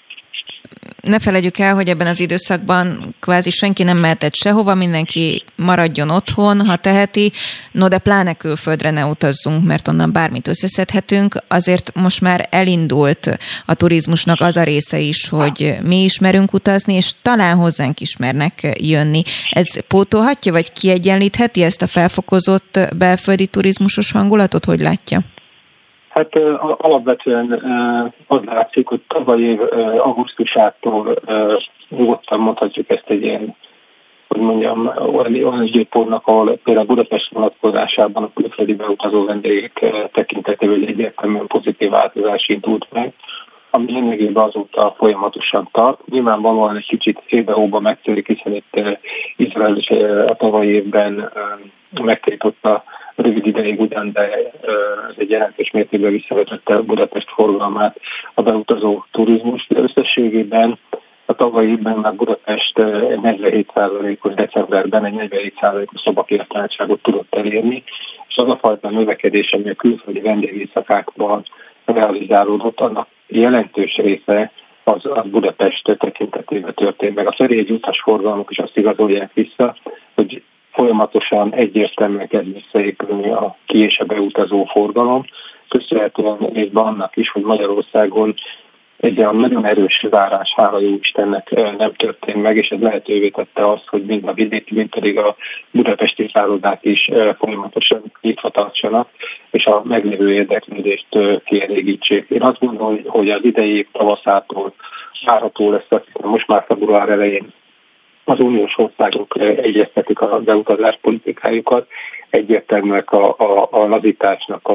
Speaker 2: Ne felejtjük el, hogy ebben az időszakban kvázi senki nem mehetett sehova, mindenki maradjon otthon, ha teheti, no de pláne külföldre ne utazzunk, mert onnan bármit összeszedhetünk. Azért most már elindult a turizmusnak az a része is, hogy mi ismerünk utazni, és talán hozzánk ismernek jönni. Ez pótolhatja, vagy kiegyenlítheti ezt a felfokozott belföldi turizmusos hangulatot? Hogy látja?
Speaker 11: Hát alapvetően az látszik, hogy tavaly év augusztusától nyugodtan mondhatjuk ezt egy ilyen olyan időpontnak, ahol például Budapest vonatkozásában a külföldi beutazó vendégek tekintetében egyértelműen pozitív változás indult meg, ami lényegében azóta folyamatosan tart. Nyilvánvalóan egy kicsit hébe-hóba megtörik, hiszen itt Izrael is a tavalyi évben megtiltotta rövid ideig ugyan, de ez egy jelentős mértékben visszavetette Budapest forgalmát a beutazó turizmus, de összességében a tavalyi évben már Budapest 47%-os decemberben egy 47%-os szobakérteltságot tudott elérni, és az a fajta növekedés, ami a külföldi vendégészakákban realizálódott, annak jelentős része az Budapest tekintetében történt meg. A Ferihegyi utasforgalmak is azt igazolják vissza, hogy folyamatosan egyértelműen kezd visszaépülni a ki- és a beutazó forgalom. Köszönhetően részben annak is, hogy Magyarországon egy olyan nagyon erős zárás, hála jó Istennek nem történt meg, és ez lehetővé tette azt, hogy mind a vidéki, mind pedig a budapesti szállodák is folyamatosan nyitva tartsanak, és a meglévő érdeklődést kielégítsék. Én azt gondolom, hogy az idei év tavaszától várható lesz, most már február elején az uniós országok egyeztetik a beutazás politikájukat, egyértelműek a lazításnak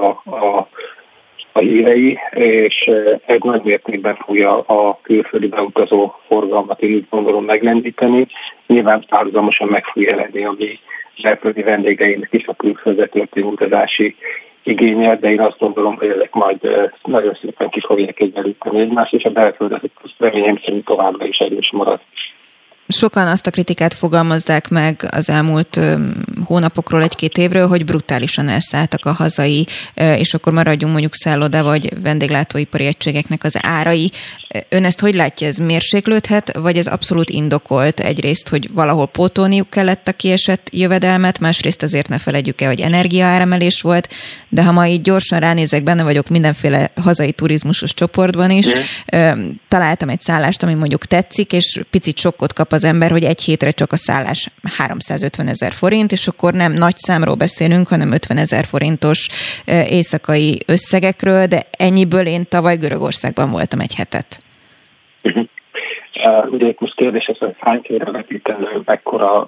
Speaker 11: a hírei, és ez nagy mértékben fogja a külföldi beutazó forgalmat, én úgy gondolom, meglendíteni. Nyilván párhuzamosan meg fog jelenni a mi belföldi vendégeinek is a külföldre történő utazási igényel, de én azt gondolom, hogy ezek majd nagyon szépen ki fogják egyenlíteni egymást, és a belföldet reményem szerint továbbra is erős marad.
Speaker 2: Sokan azt a kritikát fogalmazzák meg az elmúlt hónapokról, egy-két évről, hogy brutálisan elszálltak a hazai, és akkor maradjunk mondjuk szálloda vagy vendéglátóipari egységeknek az árai. Ön ezt hogy látja, ez mérséklődhet, vagy ez abszolút indokolt? Egyrészt, hogy valahol pótolniuk kellett a kiesett jövedelmet, másrészt azért ne felejtjük el, hogy energiaáremelés volt, de ha ma így gyorsan ránézek, benne vagyok mindenféle hazai turizmusos csoportban is, találtam egy szállást, ami mondjuk tetszik, és picit sokkot kap az ember, hogy egy hétre csak a szállás 350 000 forint, és akkor nem nagy számról beszélünk, hanem 50 000 forintos éjszakai összegekről, de ennyiből én tavaly Görögországban voltam egy hetet.
Speaker 11: Ugye itt most kérdés az, hogy hány főre vetítenő, mekkora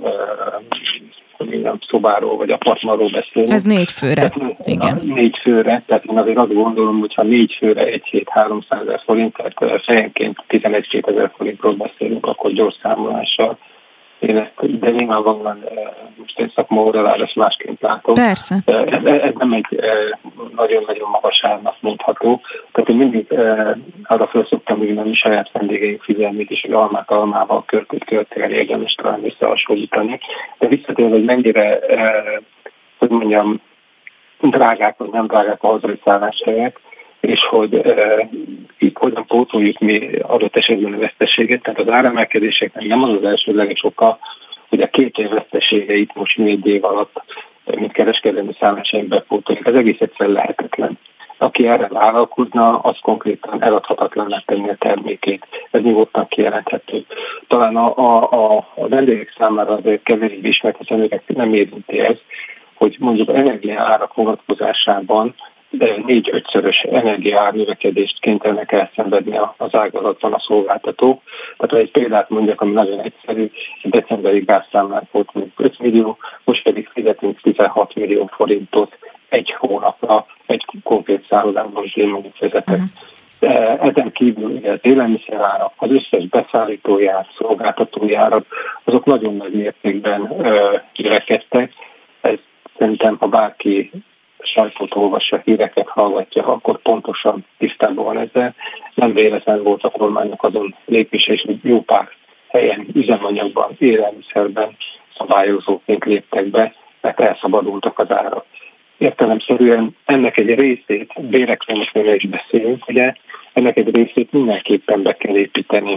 Speaker 11: szobáról vagy apartmanról beszélünk.
Speaker 2: Ez 4 főre, tehát, igen.
Speaker 11: 4 főre, tehát én azért azt gondolom, hogy ha 4 főre egy hét 300 000 forint, tehát fejenként 11-2 000 forintról beszélünk, akkor gyors számolással. De nyilvánvalóan most egy szakma oldalára ezt másként látom.
Speaker 2: Persze.
Speaker 11: Ez nem egy nagyon-nagyon magas árnak mondható. Tehát én mindig arra föl szoktam írni a saját vendégeink figyelmét is, hogy almát almával, körtét körtével érdemes talán összehasonlítani. De visszatérve, hogy mennyire, hogy mondjam, drágák vagy nem drágák a hazai szálláshelyek, és hogy itt hogyan pótoljuk mi adott esetben a veszteséget. Tehát az áremelkedéseknek nem az az elsődleges oka, hogy a 2 év veszteségeit most 4 év alatt, mint kereskedelmi szálláshelyekben pótoljuk. Ez egész egyszerűen lehetetlen. Aki erre vállalkozna, az konkrétan eladhatatlanná tenni a termékét. Ez nyugodtan kijelenthető. Talán a vendégek számára azért kevésbé ismert, hiszen őket nem érinti ez, hogy mondjuk energiaárak vonatkozásában 4-5-szörös energiaár növekedést kénytelenek elszenvedni az ágazatban a szolgáltatók. Tehát, hogy egy példát mondjak, ami nagyon egyszerű, decemberi gázszámlán volt 5 millió, most pedig fizetünk 16 millió forintot egy hónapra egy konkrét szállodában, és én mondjuk vezetek. Ezen kívül az élelmiszerárak, az összes beszállítójár, szolgáltatójárak, azok nagyon nagy mértékben növekedtek. Ez szerintem, ha bárki sajtót olvassa, híreket hallgatja, akkor pontosan tisztában van ezzel. Nem véletlen volt a kormánynak azon lépése, és jó pár helyen, üzemanyagban, élelmiszerben szabályozóként léptek be, mert elszabadultak az árak. Értelemszerűen ennek egy részét, bérekről most még is beszélünk, ugye, ennek egy részét mindenképpen be kell építeni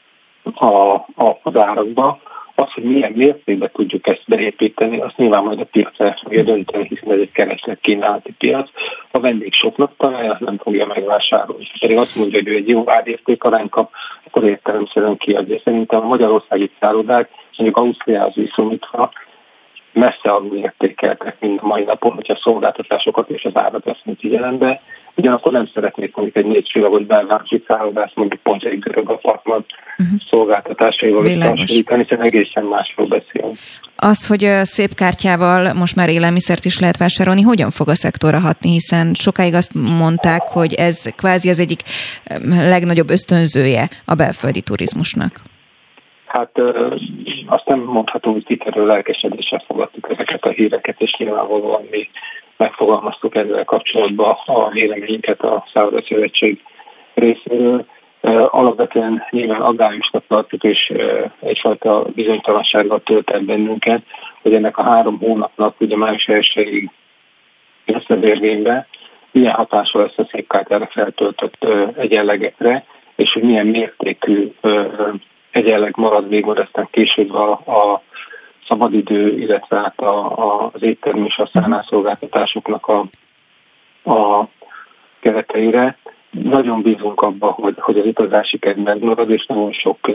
Speaker 11: az árakba. Az, hogy milyen mértékben tudjuk ezt beépíteni, azt nyilván majd a piac el fogja dönteni, hiszen ez egy kereslet-kínálati piac. A vendég soknak találja, azt nem fogja megvásárolni. Pedig azt mondja, hogy ő egy jó árértékarány kap, akkor értelemszerűen kiadja. Szerintem a magyarországi szállodák, mondjuk Ausztriához viszonyítva, messze alulértékeltek mind a mai napon, hogyha a szolgáltatásokat és az árat veszünk figyelembe. Ugyanakkor nem szeretnék mondjuk egy 4 csillagos belvárosi szállodást, mondjuk pont egy görög apartman szolgáltatásaival összehasonlítani, hiszen egészen másról beszélünk.
Speaker 2: Az, hogy szép kártyával most már élelmiszert is lehet vásárolni, hogyan fog a szektorra hatni, hiszen sokáig azt mondták, hogy ez kvázi az egyik legnagyobb ösztönzője a belföldi turizmusnak.
Speaker 11: Hát azt nem mondhatom, hogy kiterő lelkesedéssel fogadtuk ezeket a híreket, és nyilvánvalóan mi megfogalmaztuk ezzel kapcsolatban a véleményünket a Szállodaszövetség részéről. Alapvetően nyilván aggályosnak tartjuk, és egyfajta bizonytalansággal tölt el bennünket, hogy ennek a 3 hónapnak ugye május 1-ig lesz az érvényben, milyen hatása lesz a szép kártyára feltöltött egyenlegekre, és hogy milyen mértékű egyenleg marad még aztán később a szabadidő, illetve hát az éttermi és a szállásszolgáltatásoknak a kereteire. Nagyon bízunk abba, hogy az utazási kedv megmarad, és nagyon sok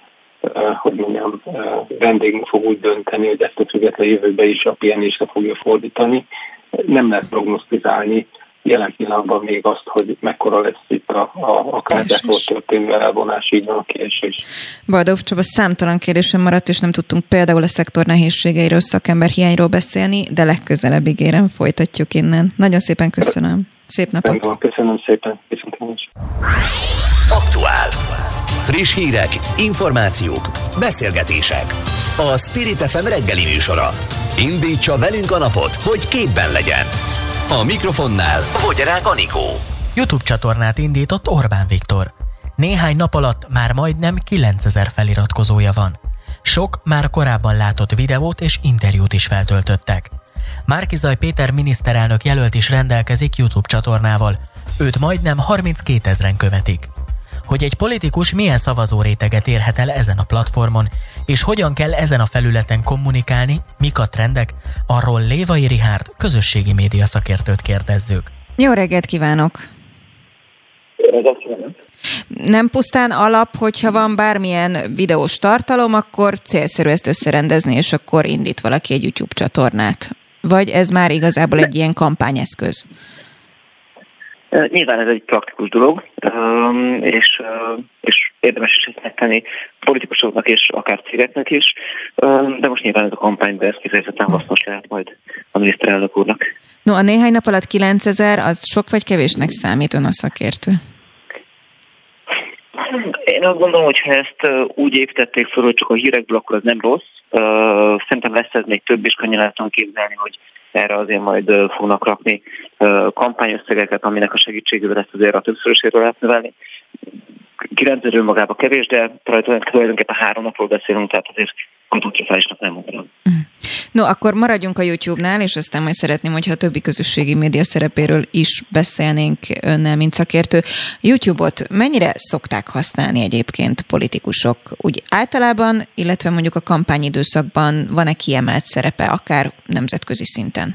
Speaker 11: vendégünk fog úgy dönteni, hogy ezt a független jövőbe is a pihenésre fogja fordítani. Nem lehet prognosztizálni jelen pillanatban még azt, hogy mekkora lesz itt a kártyákról történő elvonás, így van a kiesés.
Speaker 2: Baldóf Csaba, számtalan kérdésem maradt, és nem tudtunk például a szektor nehézségeiről, szakember hiányról beszélni, de legközelebb ígérem, folytatjuk innen. Nagyon szépen köszönöm. Szép napot!
Speaker 11: Köszönöm szépen. Köszönöm.
Speaker 1: Aktuál. Friss hírek, információk, beszélgetések. A Spirit FM reggeli műsora. Indítsa velünk a napot, hogy képben legyen. A mikrofonnál Vogyarák Anikó.
Speaker 3: YouTube csatornát indított Orbán Viktor. Néhány nap alatt már majdnem 9000 feliratkozója van. Sok már korábban látott videót és interjút is feltöltöttek. Márki-Zay Péter miniszterelnök jelölt is rendelkezik YouTube csatornával. Őt majdnem 32 000-en követik. Hogy egy politikus milyen szavazóréteget érhet el ezen a platformon, és hogyan kell ezen a felületen kommunikálni, mik a trendek, arról Lévai Richárd közösségi média szakértőt kérdezzük.
Speaker 2: Jó reggelt kívánok! Nem pusztán alap, hogyha van bármilyen videós tartalom, akkor célszerű ezt összerendezni, és akkor indít valaki egy YouTube csatornát. Vagy ez már igazából egy ilyen kampányeszköz?
Speaker 12: Nyilván ez egy praktikus dolog, és érdemes is ezt megtenni politikusoknak és akár cégeknek is, de most nyilván ez a kampányban ez kifejezetten hasznos lehet majd a miniszterelnök úrnak.
Speaker 2: No, a néhány nap alatt 9000, az sok vagy kevésnek számít, ön a szakértő?
Speaker 12: Én azt gondolom, hogy ha ezt úgy építették fel, hogy csak a hírekből, akkor az nem rossz. Szerintem lesz ez még több, és könnyen el tudom képzelni, hogy erre azért majd fognak rakni kampányösszegeket, aminek a segítségével ezt azért a többszöröséről lehet növelni. 9000 önmagában kevés, de tulajdonképpen 3 napról beszélünk, tehát azért katasztrofálisnak nem mondanám.
Speaker 2: No, akkor maradjunk a YouTube-nál, és aztán majd szeretném, hogyha a többi közösségi média szerepéről is beszélnénk önnel, mint szakértő. YouTube-ot mennyire szokták használni egyébként politikusok? Úgy általában, illetve mondjuk a kampányidőszakban van-e kiemelt szerepe, akár nemzetközi szinten?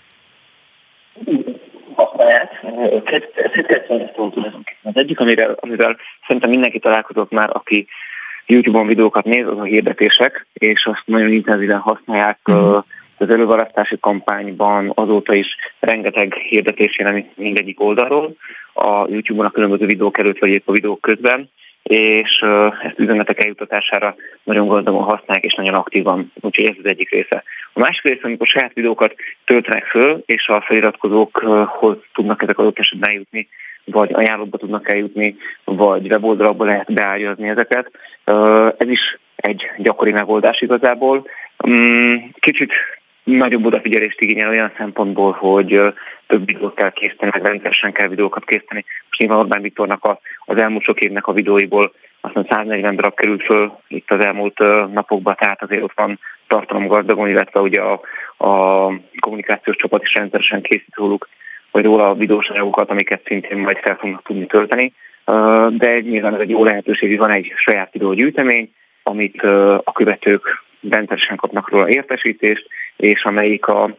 Speaker 12: Az egyik, amivel szerintem mindenki találkozott már, aki YouTube-on videókat néz, az a hirdetések, és azt nagyon intenzíven használják az előválasztási kampányban, azóta is rengeteg hirdetés jelen mindegyik oldalról, a YouTube-on a különböző videók előtt, vagy épp a videók közben, és ezt üzenetek eljutatására nagyon gazdagon használják, és nagyon aktívan, úgyhogy ez az egyik része. A másik része, amikor saját videókat töltenek föl, és a feliratkozókhoz tudnak ezek adott esetben eljutni, vagy ajánlókba tudnak eljutni, vagy weboldalakba lehet beágyazni ezeket. Ez is egy gyakori megoldás igazából. Kicsit nagyobb odafigyelést igényel olyan szempontból, hogy több videót kell készíteni, meg rendszeresen kell videókat készíteni. Most nyilván Orbán Viktornak az elmúlt sok évnek a videóiból aztán 140 darab került föl itt az elmúlt napokban, tehát azért ott van tartalomgazdagon, illetve ugye a kommunikációs csapat is rendszeresen készít róluk, vagy róla a videós anyagokat, amiket szintén majd fel fognak tudni tölteni. De nyilván ez egy jó lehetőség, hogy van egy saját videógyűjtemény, amit a követők rendszeresen kapnak róla értesítést, és amelyik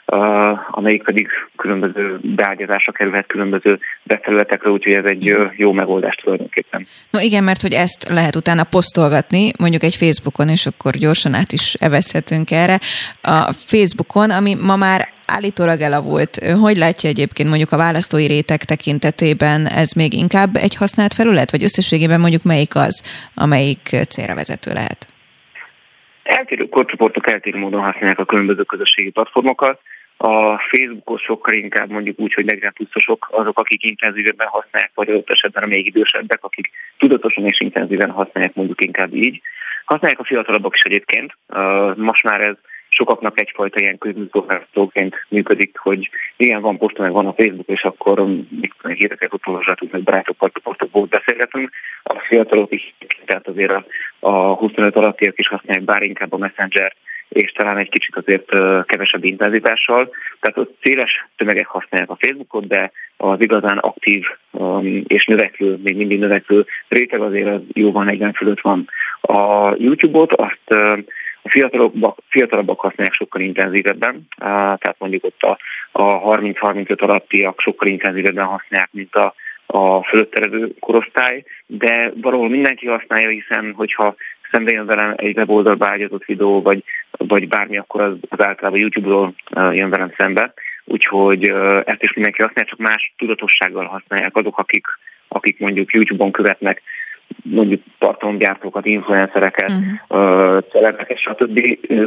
Speaker 12: amelyik pedig különböző beágyazásra kerülhet különböző webfelületekre, úgyhogy ez egy jó megoldás tulajdonképpen.
Speaker 2: No igen, mert hogy ezt lehet utána posztolgatni, mondjuk egy Facebookon, és akkor gyorsan át is evezhetünk erre. A Facebookon, ami ma már állítólag elavult, hogy látja egyébként mondjuk a választói réteg tekintetében, ez még inkább egy használt felület, vagy összességében mondjuk melyik az, amelyik célra vezető lehet?
Speaker 12: Eltérő korcsoportok eltérő módon használják a különböző közösségi platformokat. A Facebookot sokkal inkább mondjuk úgy, hogy 40 pluszosok azok, akik intenzívebben használják, vagy adott esetben a még idősebbek, akik tudatosan és intenzíven használják, mondjuk inkább így. Használják a fiatalabbak is egyébként. Most már ez sokaknak egyfajta ilyen közműszolgáltatóként működik, hogy igen, van posta, meg van a Facebook, és akkor híreket ott olvashatunk, meg barátokkal, postokból beszélgetünk. A fiatalok is, tehát azért a 25 alattiak is használják, bár inkább a Messenger, és talán egy kicsit azért kevesebb intenzitással. Tehát ott széles tömegek használják a Facebookot, de az igazán aktív és növekvő, még mindig növekvő réteg azért az jóval 40 fölött van. A YouTube-ot azt a fiatalabbak használják sokkal intenzívebben, tehát mondjuk ott a 30-35 alattiak sokkal intenzívebben használják, mint a fölötterező korosztály, de valahol mindenki használja, hiszen hogyha szembe jön velem egy weboldalba ágyazott videó, vagy bármi, akkor az általában YouTube-ról jön velem szembe, úgyhogy ezt is mindenki használja, csak más tudatossággal használják azok, akik mondjuk YouTube-on követnek mondjuk tartalomgyártókat, influencereket, celebeket, stb.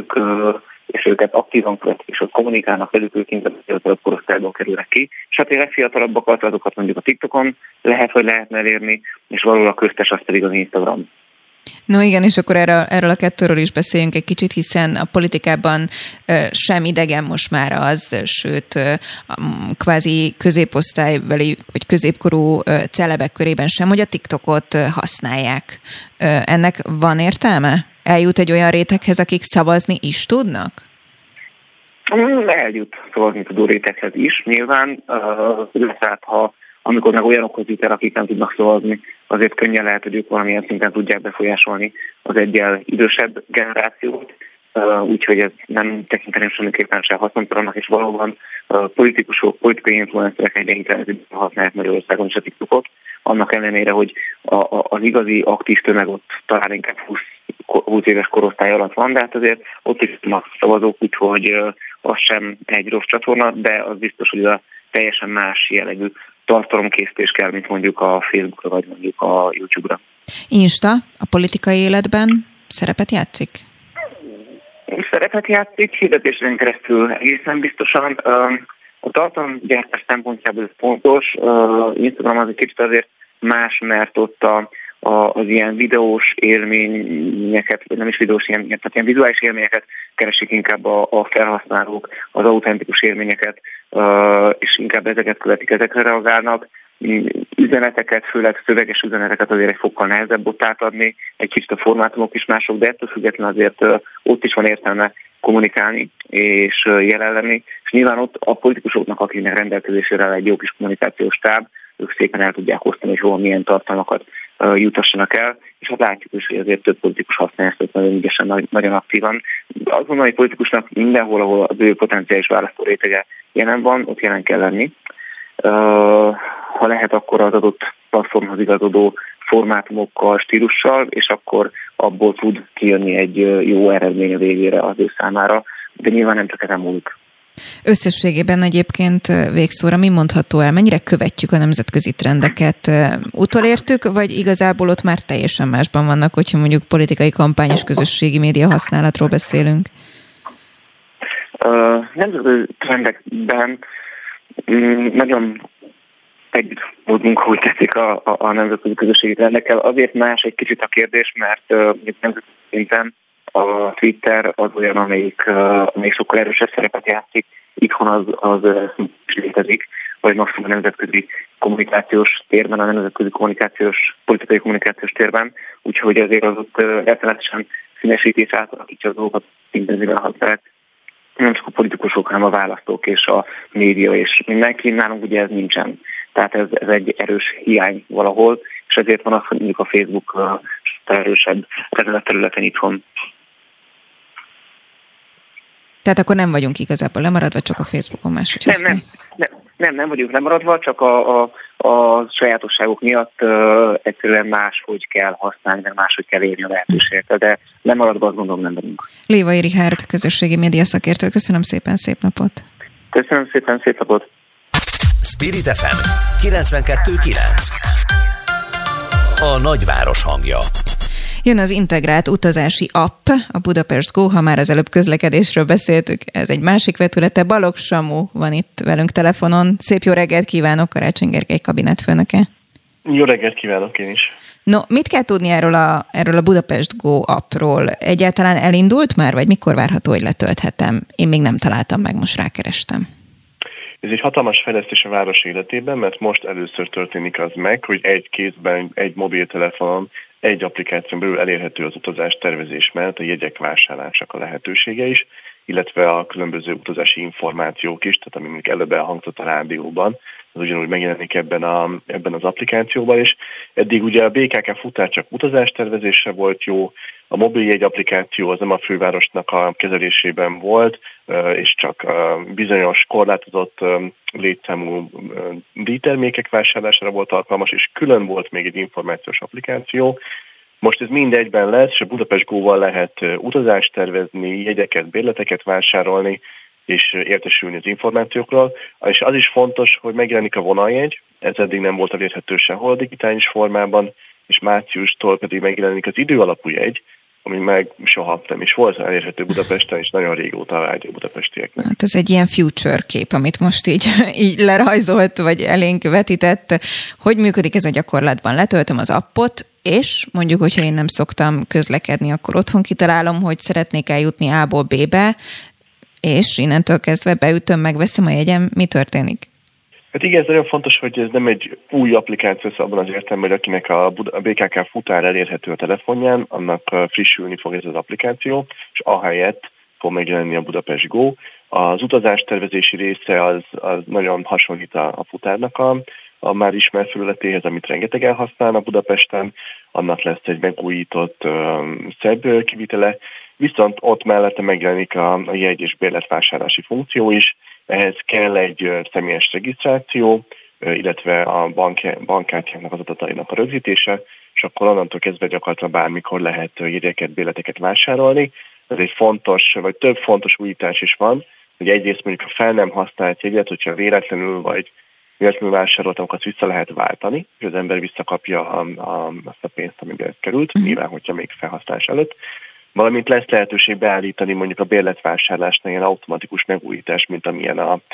Speaker 12: És őket aktívan követik, és ott kommunikálnak velük, ők inkább a fiatalabb korosztályból kerülnek ki. És hát a fiatalabbakat, azokat mondjuk a TikTokon lehet, vagy lehetne elérni, és valahol a köztes az pedig az Instagram.
Speaker 2: No igen, és akkor erről a kettőről is beszéljünk egy kicsit, hiszen a politikában sem idegen most már az, sőt, kvázi középosztálybeli vagy középkorú celebek körében sem, hogy a TikTokot használják. Ennek van értelme? Eljut egy olyan réteghez, akik szavazni is tudnak?
Speaker 12: Eljut szavazni tudó réteghez is, nyilván. Tehát amikor meg olyanokhoz jut el, akik nem tudnak szavazni, azért könnyen lehet, hogy ők valamilyen szinten tudják befolyásolni az egyel idősebb generációt, úgyhogy ez nem tekinteném semmiképpen sem haszontalannak, és valóban politikusok, politikai influencerek egyre intenzívben használják Magyarországon is a TikTokot, annak ellenére, hogy az igazi aktív tömeg ott talán inkább 20 éves korosztály alatt van, de hát azért ott is tudnak szavazók, úgyhogy az sem egy rossz csatorna, de az biztos, hogy a teljesen más jellegű tartalomkészítés kell, mint mondjuk a Facebookra, vagy mondjuk a YouTube-ra.
Speaker 2: Insta a politikai életben szerepet játszik?
Speaker 12: Szerepet játszik, hirdetésren keresztül egészen biztosan. A tartalomgyártás szempontjából ez fontos. Instagram az egy kicsit azért más, mert ott az ilyen videós élményeket, vagy nem is videós élményeket, tehát ilyen vizuális élményeket keresik inkább a felhasználók, az autentikus élményeket, és inkább ezeket követik, ezekre reagálnak. Üzeneteket, főleg szöveges üzeneteket azért egy fokkal nehezebb ott átadni, egy kicsit a formátumok is mások, de ettől függetlenül azért ott is van értelme kommunikálni és jelen lenni, és nyilván ott a politikusoknak, akiknek rendelkezésére egy jó kis kommunikációs táb, ők szépen el tudják osztani, hogy hol milyen tartalmakat jutassanak el, és hát látjuk is, hogy azért több politikus használja ezt nagyon ügyesen, nagyon aktívan. Azt mondom, hogy politikusnak mindenhol, ahol az ő potenciális választó rétege jelen van, ott jelen kell lenni. Ha lehet, akkor az adott platformhoz igazodó formátumokkal, stílussal, és akkor abból tud kijönni egy jó eredmény a végére az ő számára, de nyilván nem csak ezen múlik.
Speaker 2: Összességében egyébként végszóra mi mondható el? Mennyire követjük a nemzetközi trendeket? Utolértük, vagy igazából ott már teljesen másban vannak, hogyha mondjuk politikai kampány és közösségi média használatról beszélünk?
Speaker 12: Nemzetközi trendekben nagyon együtt mozgunk, hogy tetszik a nemzetközi közösségi trendekkel. Azért más egy kicsit a kérdés, mert nemzetközi szinten a Twitter az olyan, amelyik sokkal erősebb szerepet játszik, itthon az létezik, vagy maximum a nemzetközi kommunikációs térben, a nemzetközi politikai kommunikációs térben, úgyhogy azért az ott rettenetesen színesítés átalakítja az dolgokat, intenzíven használják. Nem csak a politikusok, hanem a választók és a média és mindenki, nálunk ugye ez nincsen. Tehát ez egy erős hiány valahol, és ezért van az, hogy mondjuk a Facebook erősebb ezen a területen itthon.
Speaker 2: Tehát akkor nem vagyunk igazából lemaradva, csak a Facebookon máshogy használjuk.
Speaker 12: Nem vagyunk lemaradva, csak a sajátosságok miatt egyszerűen máshogy kell használni, meg máshogy kell érni a lehetőséget, de lemaradva azt gondolom nem vagyunk.
Speaker 2: Lévai Richárd, közösségi média szakértő, köszönöm szépen, szép napot!
Speaker 12: Köszönöm szépen, szép napot!
Speaker 1: Spirit FM 92.9. A nagyváros hangja.
Speaker 2: Jön az integrált utazási app, a Budapest Go, ha már az előbb közlekedésről beszéltük, ez egy másik vetülete. Balogh Samu van itt velünk telefonon. Szép jó reggelt kívánok, Karácsony Gergely kabinetfőnöke.
Speaker 13: Jó reggelt kívánok én is.
Speaker 2: No, mit kell tudni erről a Budapest Go appról? Egyáltalán elindult már, vagy mikor várható, hogy letölthetem? Én még nem találtam meg, most rákerestem.
Speaker 13: Ez egy hatalmas fejlesztés a város életében, mert most először történik az meg, hogy egy kézben, egy mobiltelefonon, egy applikáción belül elérhető az utazás tervezés mellett a jegyek vásárlásának a lehetősége is, illetve a különböző utazási információk is, tehát ami mondjuk előbb elhangzott a rádióban, az ugyanúgy megjelenik ebben az applikációban is. Eddig ugye a BKK futár csak utástervezésre volt jó, a mobiljegy applikáció az nem a fővárosnak a kezelésében volt, és csak bizonyos korlátozott létszámú díjtermékek vásárlására volt alkalmas, és külön volt még egy információs applikáció. Most ez mindegyben lesz, és a Budapest Go-val lehet utazást tervezni, jegyeket, bérleteket vásárolni, és értesülni az információkról. És az is fontos, hogy megjelenik a vonaljegy, ez eddig nem volt elérhető sehol digitális formában, és márciustól pedig megjelenik az időalapú jegy, ami meg soha nem is volt elérhető Budapesten, és nagyon régóta vágy a budapestieknek.
Speaker 2: Hát ez egy ilyen future kép, amit most így lerajzolt, vagy elénk vetített. Hogy működik ez a gyakorlatban? Letöltöm az appot, és mondjuk, hogyha én nem szoktam közlekedni, akkor otthon kitalálom, hogy szeretnék eljutni A-ból B-be, és innentől kezdve beütöm, megveszem a jegyem, mi történik?
Speaker 13: Hát igen, ez nagyon fontos, hogy ez nem egy új applikáció abban az értelemben, hogy akinek a BKK futár elérhető a telefonján, annak frissülni fog ez az applikáció, és ahelyett fog megjelenni a Budapest Go. Az utazástervezési része az nagyon hasonlít a futárnak a már ismert felületéhez, amit rengetegen használnak Budapesten, annak lesz egy megújított, szebb kivitele, viszont ott mellette megjelenik a jegy- és bérletvásárlási funkció is, ehhez kell egy személyes regisztráció, illetve a bankkártyáknak az adatainak a rögzítése, és akkor onnantól kezdve gyakorlatilag bármikor lehet jegyeket, bérleteket vásárolni. Ez egy fontos, vagy több fontos újítás is van, hogy egyrészt mondjuk a fel nem használt jegyet, hogyha véletlenül vásároltam, akkor azt vissza lehet váltani, és az ember visszakapja azt a pénzt, amiben ez került, nyilván, hogyha még felhasználás előtt. Valamint lesz lehetőség beállítani mondjuk a bérletvásárlásnál ilyen automatikus megújítás, mint amilyen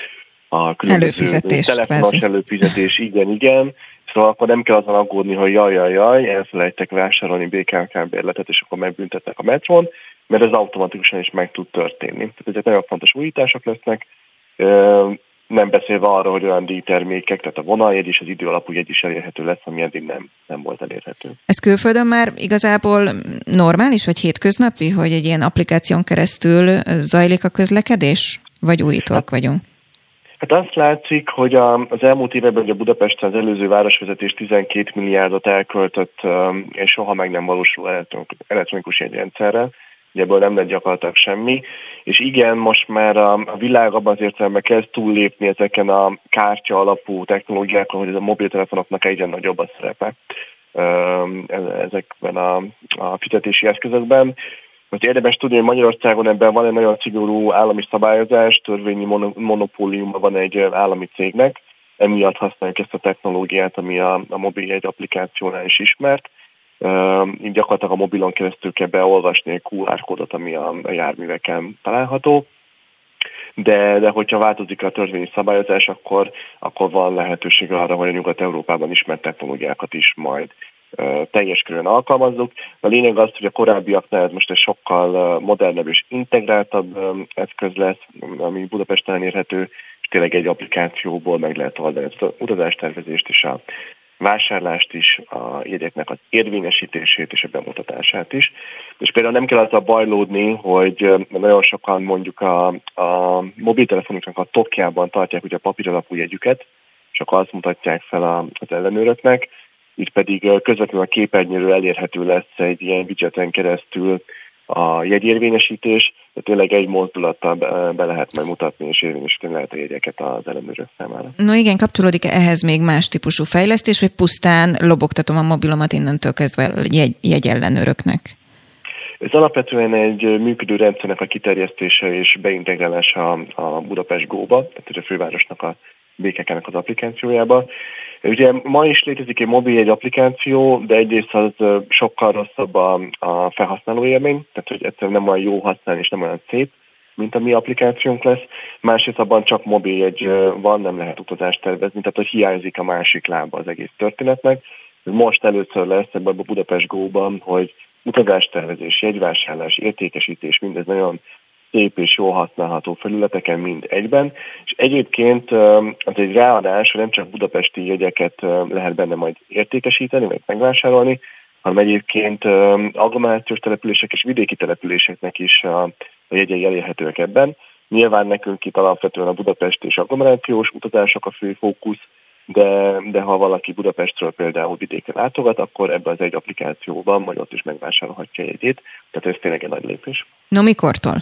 Speaker 13: a különböző telefonos előfizetés, igen. Szóval akkor nem kell azon aggódni, hogy jaj, elfelejtek vásárolni BKK bérletet, és akkor megbüntetnek a metrón, mert ez automatikusan is meg tud történni. Tehát ezek nagyon fontos újítások lesznek, nem beszélve arra, hogy olyan díjtermékek, tehát a vonaljegy és az időalapú jegy is elérhető lesz, ami eddig nem volt elérhető.
Speaker 2: Ez külföldön már igazából normális, vagy hétköznapi, hogy egy ilyen applikáción keresztül zajlik a közlekedés? Vagy újítóak vagyunk?
Speaker 13: Hát azt látszik, hogy az elmúlt években ugye Budapesten az előző városvezetés 12 milliárdot elköltött, és soha meg nem valósul elektronikus jegyrendszerrel. Ebből nem lett gyakorlatilag semmi, és igen, most már a világ abban az értelemben kezd túllépni ezeken a kártya alapú technológiákon, hogy ez a mobiltelefonoknak egyre nagyobb a szerepe ezekben a fizetési eszközökben. Most érdemes tudni, hogy Magyarországon ebben van egy nagyon szigorú állami szabályozás, törvényi monopóliuma van egy állami cégnek, emiatt használjuk ezt a technológiát, ami a mobiljegy applikációnál is ismert. Így gyakorlatilag a mobilon keresztül kell beolvasni egy QR kódot, ami a járműveken található, de hogyha változik a törvényi szabályozás, akkor van lehetőség arra, hogy a Nyugat-Európában ismert technológiákat is majd teljes körön alkalmazzuk. A lényeg az, hogy a korábbiaknál ez most egy sokkal modernebb és integráltabb eszköz lesz, ami Budapesten elérhető, és tényleg egy applikációból meg lehet oldani az utazástervezést és a vásárlást is, a jegyeknek az érvényesítését és a bemutatását is. És például nem kell azzal bajlódni, hogy nagyon sokan mondjuk a mobiltelefonuknak a tokjában tartják ugye a papíralapú jegyüket, és akkor azt mutatják fel az ellenőröknek, itt pedig közvetlenül a képernyőről elérhető lesz egy ilyen widgeten keresztül a jegyérvényesítés, de tényleg egy mozdulattal be lehet majd mutatni, és érvényesíteni lehet a jegyeket az ellenőrök számára.
Speaker 2: No igen, kapcsolódik ehhez még más típusú fejlesztés, vagy pusztán lobogtatom a mobilomat innentől kezdve a jegyellenőröknek?
Speaker 13: Ez alapvetően egy működő rendszernek a kiterjesztése és beintegrálása a Budapest Go-ba, tehát a fővárosnak a BKK-nek az applikációjába. Ugye ma is létezik egy mobiljegy applikáció, de egyrészt az sokkal rosszabb a felhasználó élmény, tehát hogy egyszerűen nem olyan jó használni és nem olyan szép, mint a mi applikációnk lesz. Másrészt abban csak mobiljegy van, nem lehet utazást tervezni, tehát hogy hiányzik a másik lába az egész történetnek. Most először lesz ebben a Budapest Go-ban, hogy utazástervezés, jegyvásárlás, értékesítés, mindez nagyon szép és jól használható felületeken mind egyben, és egyébként az egy ráadás, hogy nem csak budapesti jegyeket lehet benne majd értékesíteni, vagy megvásárolni, hanem egyébként agglomerációs települések és vidéki településeknek is a jegyei elérhetőek ebben. Nyilván nekünk itt alapvetően a Budapest és agglomerációs utazások a fő fókusz, de ha valaki Budapestről például vidéken látogat, akkor ebben az egy applikációban majd ott is megvásárolhatja a jegyét, tehát ez tényleg egy nagy lépés.
Speaker 2: No, mikortól?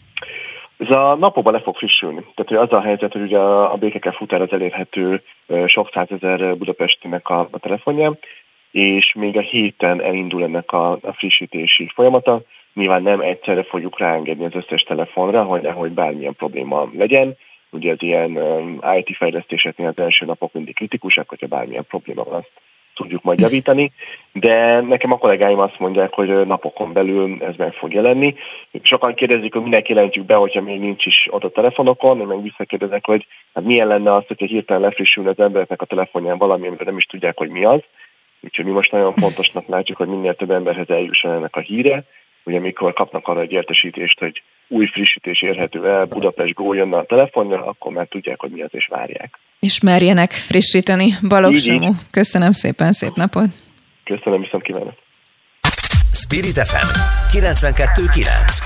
Speaker 13: Ez a napokban le fog frissülni. Tehát az a helyzet, hogy ugye a BKK futár az elérhető sok százezer budapestinek a telefonján, és még a héten elindul ennek a frissítési folyamata. Nyilván nem egyszerre fogjuk ráengedni az összes telefonra, hogy bármilyen probléma legyen. Ugye az ilyen IT fejlesztéseknél az első napok mindig kritikusak, hogyha bármilyen probléma van, azt tudjuk majd javítani, de nekem a kollégáim azt mondják, hogy napokon belül ez meg fog jelenni. Sokan kérdezik, hogy minek jelentjük be, hogyha még nincs is ott a telefonokon, én meg visszakérdezek, hogy hát milyen lenne az, hogyha hirtelen lefrissülne az embereknek a telefonján valami, amiről nem is tudják, hogy mi az. Úgyhogy mi most nagyon fontosnak látjuk, hogy minél több emberhez eljusson ennek a híre. Ugye amikor kapnak arra egy értesítést, hogy új frissítés érhető el, Budapest Go jönne a telefonra, akkor már tudják, hogy mi az, és várják.
Speaker 2: És merjenek frissíteni. Balogh Samu, köszönöm szépen, szép napot!
Speaker 13: Köszönöm, viszont kívánok!
Speaker 1: Spirit FM 92.9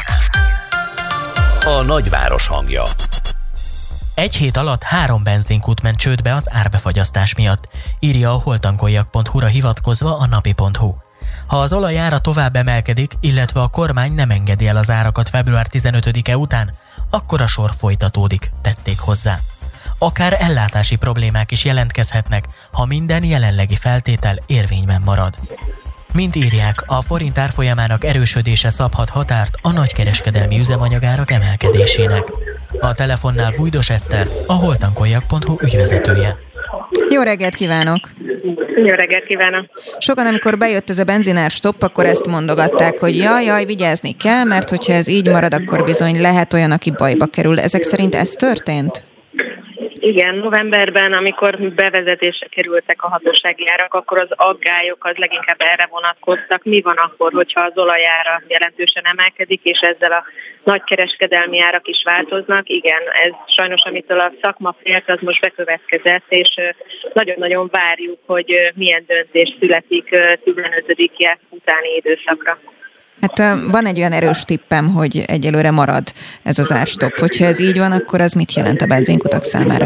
Speaker 1: A nagyváros hangja.
Speaker 3: Egy hét alatt 3 benzinkút ment csődbe az árbefagyasztás miatt, írja a holtankoljak.hu-ra hivatkozva a napi.hu. Ha az olajára tovább emelkedik, illetve a kormány nem engedi el az árakat február 15-e után, akkor a sor folytatódik, tették hozzá. Akár ellátási problémák is jelentkezhetnek, ha minden jelenlegi feltétel érvényben marad. Mint írják, a forint árfolyamának erősödése szabhat határt a nagykereskedelmi üzemanyagárak emelkedésének. A telefonnál Bújdos Eszter, a holtankoljak.hu ügyvezetője.
Speaker 2: Jó reggelt kívánok!
Speaker 8: Jó reggelt kívánok!
Speaker 2: Sokan, amikor bejött ez a benzinár stopp, akkor ezt mondogatták, hogy jaj, vigyázni kell, mert hogyha ez így marad, akkor bizony lehet olyan, aki bajba kerül. Ezek szerint ez történt?
Speaker 8: Igen, novemberben, amikor bevezetésre kerültek a hatósági árak, akkor az aggályok az leginkább erre vonatkoztak. Mi van akkor, hogyha az olajára jelentősen emelkedik, és ezzel a nagykereskedelmi árak is változnak? Igen, ez sajnos, amitől a szakma félt, az most bekövetkezett, és nagyon-nagyon várjuk, hogy milyen döntés születik 15-e utáni időszakra.
Speaker 2: Hát van egy olyan erős tippem, hogy egyelőre marad ez az árstopp. Hogyha ez így van, akkor az mit jelent a benzinkutak számára?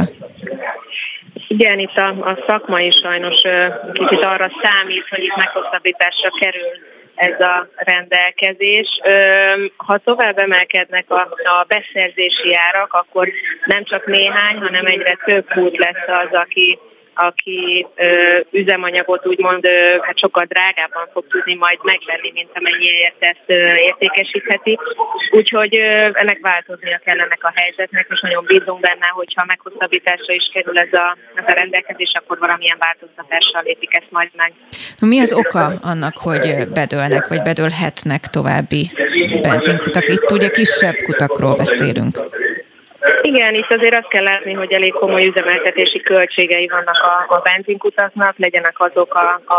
Speaker 8: Igen, itt a szakma is sajnos kicsit arra számít, hogy itt meghosszabbításra kerül ez a rendelkezés. Ha tovább emelkednek a beszerzési árak, akkor nem csak néhány, hanem egyre több kút lesz az, aki üzemanyagot úgymond hát sokkal drágábban fog tudni majd megvenni, mint amennyiért ezt értékesítheti. Úgyhogy ennek változnia kell ennek a helyzetnek, és nagyon bízunk benne, hogyha meghosszabbításra is kerül ez a rendelkezés, akkor valamilyen változtatással lépik ezt majd meg.
Speaker 2: Mi az oka annak, hogy bedőlnek, vagy bedőlhetnek további benzinkutak? Itt ugye kisebb kutakról beszélünk.
Speaker 8: Igen, itt azért azt kell látni, hogy elég komoly üzemeltetési költségei vannak a benzinkutaknak, legyenek azok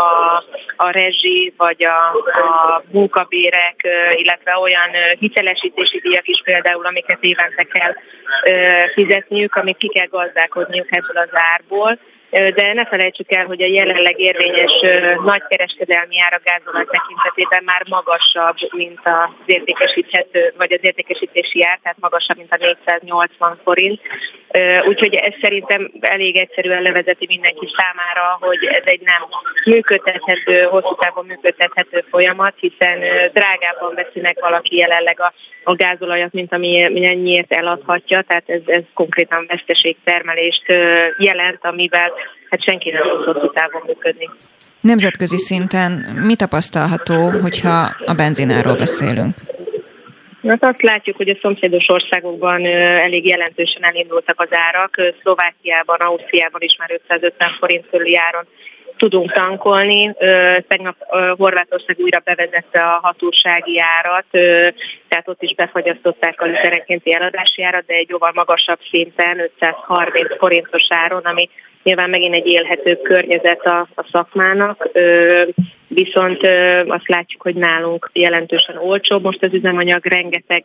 Speaker 8: a rezsi vagy a munkabérek, illetve olyan hitelesítési díjak is például, amiket évente kell fizetniük, amit ki kell gazdálkodniuk ebből az árból.
Speaker 14: de ne felejtsük el, hogy a jelenleg érvényes nagykereskedelmi ár a gázolaj tekintetében már magasabb, mint az értékesíthető, vagy az értékesítési ár, tehát magasabb, mint a 480 forint. Úgyhogy ez szerintem elég egyszerűen levezeti mindenki számára, hogy ez egy nem működtethető, hosszú távon működtethető folyamat, hiszen drágábban veszi meg valaki jelenleg a gázolajat, mint amennyiért eladhatja, tehát ez konkrétan veszteségtermelést jelent, amivel hát senki nem tud hosszú távon működni.
Speaker 2: Nemzetközi szinten mi tapasztalható, hogyha a benzináról beszélünk?
Speaker 14: Hát azt látjuk, hogy a szomszédos országokban elég jelentősen elindultak az árak. Szlovákiában, Ausztriában is már 550 forint körüli áron tudunk tankolni. Tegnap Horvátország újra bevezette a hatósági árat, tehát ott is befagyasztották a literenkénti eladási árat, de egy jóval magasabb szinten, 530 forintos áron, ami nyilván megint egy élhetőbb környezet a szakmának, viszont azt látjuk, hogy nálunk jelentősen olcsóbb most az üzemanyag, rengeteg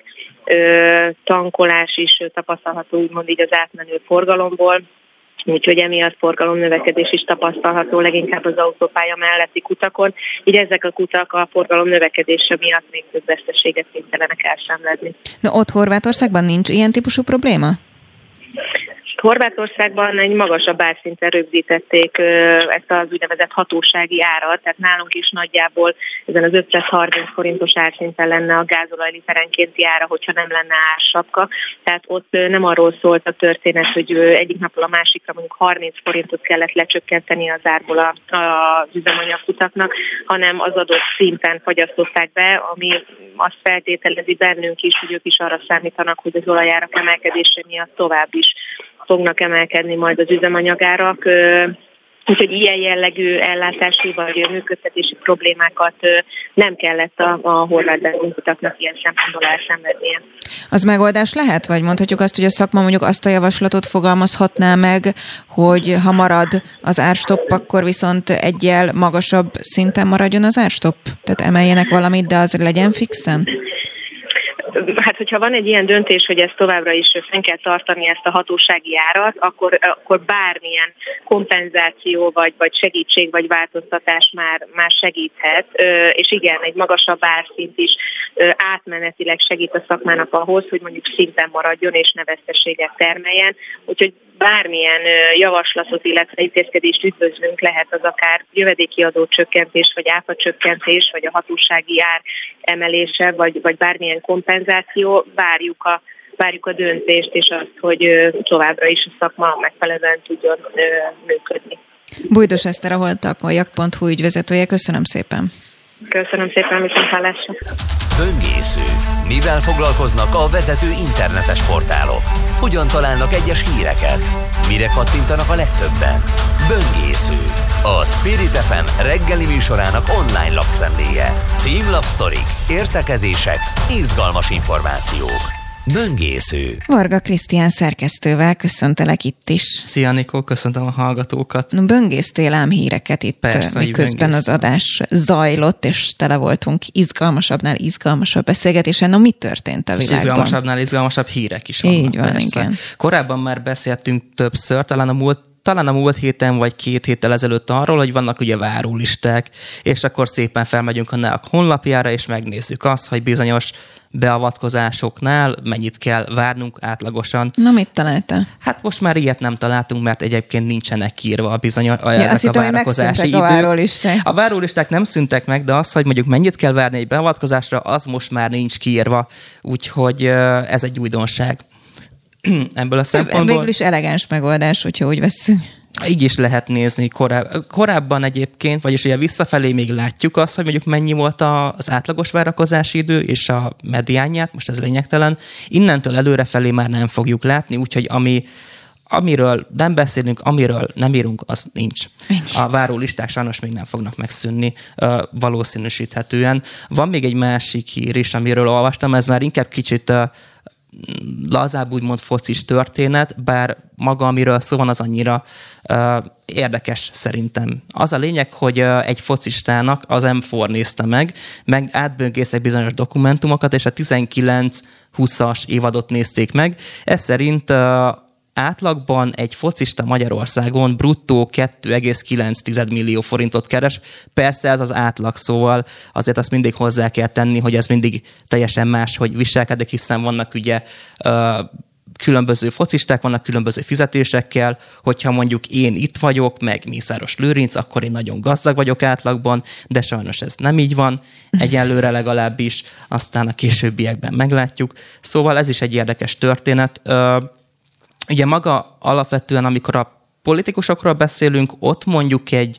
Speaker 14: tankolás is tapasztalható, úgymond így az átmenő forgalomból, úgyhogy emiatt forgalomnövekedés is tapasztalható leginkább az autópálya melletti kutakon, így ezek a kutak a forgalom növekedése miatt még több veszteséget kénytelenek elszenvedni.
Speaker 2: De ott Horvátországban nincs ilyen típusú probléma?
Speaker 14: Horvátországban egy magasabb árszinten rögzítették ezt az úgynevezett hatósági árat, tehát nálunk is nagyjából ezen az 530 forintos árszinten lenne a gázolaj literenkénti ára, hogyha nem lenne ársapka. Tehát ott nem arról szólt a történet, hogy egyik napról a másikra mondjuk 30 forintot kellett lecsökkenteni az árból az üzemanyagkutaknak, hanem az adott szinten fagyasztották be, ami azt feltételezi bennünk is, hogy ők is arra számítanak, hogy az olajárak emelkedése miatt tovább is fognak emelkedni majd az üzemanyagárak. Úgyhogy ilyen jellegű ellátási vagy működtetési problémákat nem kellett a horvát benzinkutaknak ilyen szempontból elszenvednie.
Speaker 2: Az megoldás lehet? Vagy mondhatjuk azt, hogy a szakma mondjuk azt a javaslatot fogalmazhatná meg, hogy ha marad az árstopp, akkor viszont egyel magasabb szinten maradjon az árstopp? Tehát emeljenek valamit, de az legyen fixen?
Speaker 14: Hát, hogyha van egy ilyen döntés, hogy ezt továbbra is fenn kell tartani ezt a hatósági árat, akkor bármilyen kompenzáció, vagy segítség, vagy változtatás már segíthet. És igen, egy magasabb árszint is átmenetileg segít a szakmának ahhoz, hogy mondjuk szinten maradjon és ne veszteséget termeljen. Úgyhogy bármilyen javaslatot, illetve intézkedést üdvözlünk, lehet az akár jövedéki adócsökkentés, vagy áfacsökkentés, vagy a hatósági ár emelése, vagy bármilyen kompenzáció, várjuk a döntést, és azt, hogy továbbra is a szakma megfelelően tudjon működni.
Speaker 2: Bújdos Eszter, a holtakoljak.hu ügyvezetője, köszönöm szépen.
Speaker 14: Köszönöm szépen, viszonthallásra.
Speaker 1: Böngésző. Mivel foglalkoznak a vezető internetes portálok? Hogyan találnak egyes híreket? Mire kattintanak a legtöbben? Böngésző. A Spirit FM reggeli műsorának online lapszemléje. Címlapsztorik, értekezések, izgalmas információk. Böngésző.
Speaker 2: Varga Krisztián szerkesztővel köszöntelek itt is.
Speaker 15: Szia Nikó, köszöntöm a hallgatókat.
Speaker 2: Böngésztél ám híreket itt, persze, miközben az adás zajlott, és tele voltunk izgalmasabbnál izgalmasabb beszélgetésen. No, mi történt a világban?
Speaker 15: És izgalmasabbnál izgalmasabb hírek is vannak.
Speaker 2: Így van,
Speaker 15: persze.
Speaker 2: Igen.
Speaker 15: Korábban már beszéltünk többször, talán a múlt héten vagy 2 héttel ezelőtt arról, hogy vannak ugye várólisták, és akkor szépen felmegyünk a NEAK honlapjára, és megnézzük azt, hogy bizonyos beavatkozásoknál mennyit kell várnunk átlagosan.
Speaker 2: Na, mit találtál?
Speaker 15: Hát most már ilyet nem találtunk, mert egyébként nincsenek írva ezek a várakozási idők. A várólisták nem szűntek meg, de az, hogy mondjuk mennyit kell várni egy beavatkozásra, az most már nincs kiírva. Úgyhogy ez egy újdonság. Ebből a szempontból...
Speaker 2: Végül is elegáns megoldás, hogyha úgy vesszük.
Speaker 15: Így is lehet nézni. Korábban egyébként, vagyis ugye visszafelé még látjuk azt, hogy mondjuk mennyi volt az átlagos várakozási idő és a mediánját, most ez lényegtelen. Innentől előrefelé már nem fogjuk látni, úgyhogy amiről nem beszélünk, amiről nem írunk, az nincs. Ennyi. A várólisták sajnos még nem fognak megszűnni, valószínűsíthetően. Van még egy másik hír is, amiről olvastam, ez már inkább kicsit lazább úgymond focis történet, bár maga, amiről szó van, az annyira érdekes szerintem. Az a lényeg, hogy egy focistának az M4 nézte meg átböngésztek bizonyos dokumentumokat, és a 19-20-as évadot nézték meg. Ez szerint átlagban egy focista Magyarországon bruttó 2,9 millió forintot keres. Persze ez az átlag, szóval azért azt mindig hozzá kell tenni, hogy ez mindig teljesen más, hogy viselkedik, hiszen vannak ugye különböző focisták, vannak különböző fizetésekkel, hogyha mondjuk én itt vagyok, meg Mészáros Lőrinc, akkor én nagyon gazdag vagyok átlagban, de sajnos ez nem így van, egyelőre legalábbis, aztán a későbbiekben meglátjuk. Szóval ez is egy érdekes történet. Ugye maga alapvetően, amikor a politikusokról beszélünk, ott mondjuk egy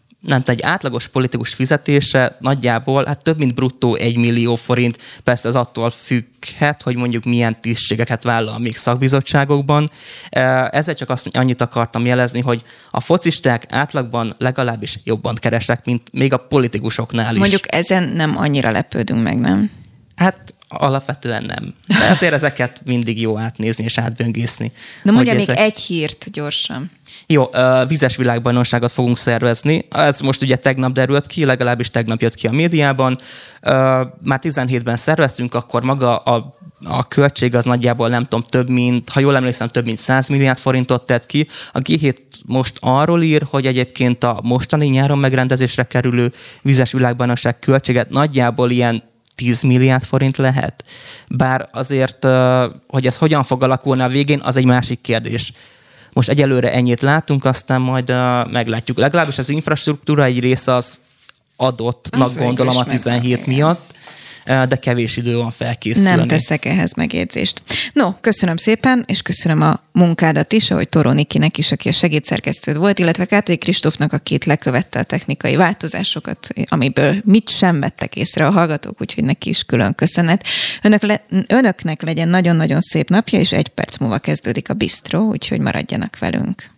Speaker 15: átlagos politikus fizetése nagyjából több mint bruttó 1 millió forint. Persze ez attól függhet, hogy mondjuk milyen tisztségeket vállal még szakbizottságokban. Ezzel csak annyit akartam jelezni, hogy a focisták átlagban legalábbis jobban keresnek, mint még a politikusoknál is.
Speaker 2: Mondjuk ezen nem annyira lepődünk meg, nem?
Speaker 15: Hát alapvetően nem. De ezért ezeket mindig jó átnézni és átböngészni.
Speaker 2: Na mondja még egy hírt gyorsan.
Speaker 15: Jó, vizes világbajnokságot fogunk szervezni. Ez most ugye tegnap derült ki, legalábbis tegnap jött ki a médiában. Már 17-ben szerveztünk, akkor maga a költség az nagyjából nem tudom, ha jól emlékszem, több mint 100 milliárd forintot tett ki. A G7 most arról ír, hogy egyébként a mostani nyáron megrendezésre kerülő vizes világbajnokság költséget nagyjából ilyen 10 milliárd forint lehet. Bár azért, hogy ez hogyan fog alakulni a végén, az egy másik kérdés. Most egyelőre ennyit látunk, aztán majd meglátjuk. Legalábbis az infrastruktúra egy része az adottnak gondolom a 17 miatt, de kevés idő van felkészülni.
Speaker 2: Nem teszek ehhez megjegyzést. No, köszönöm szépen, és köszönöm a munkádat is, ahogy Toró Nikinek is, aki a segédszerkesztőd volt, illetve Kátai Kristófnak, aki lekövette a technikai változásokat, amiből mit sem vettek észre a hallgatók, úgyhogy neki is külön köszönet. Önöknek legyen nagyon-nagyon szép napja, és 1 perc múlva kezdődik a Bistró, úgyhogy maradjanak velünk.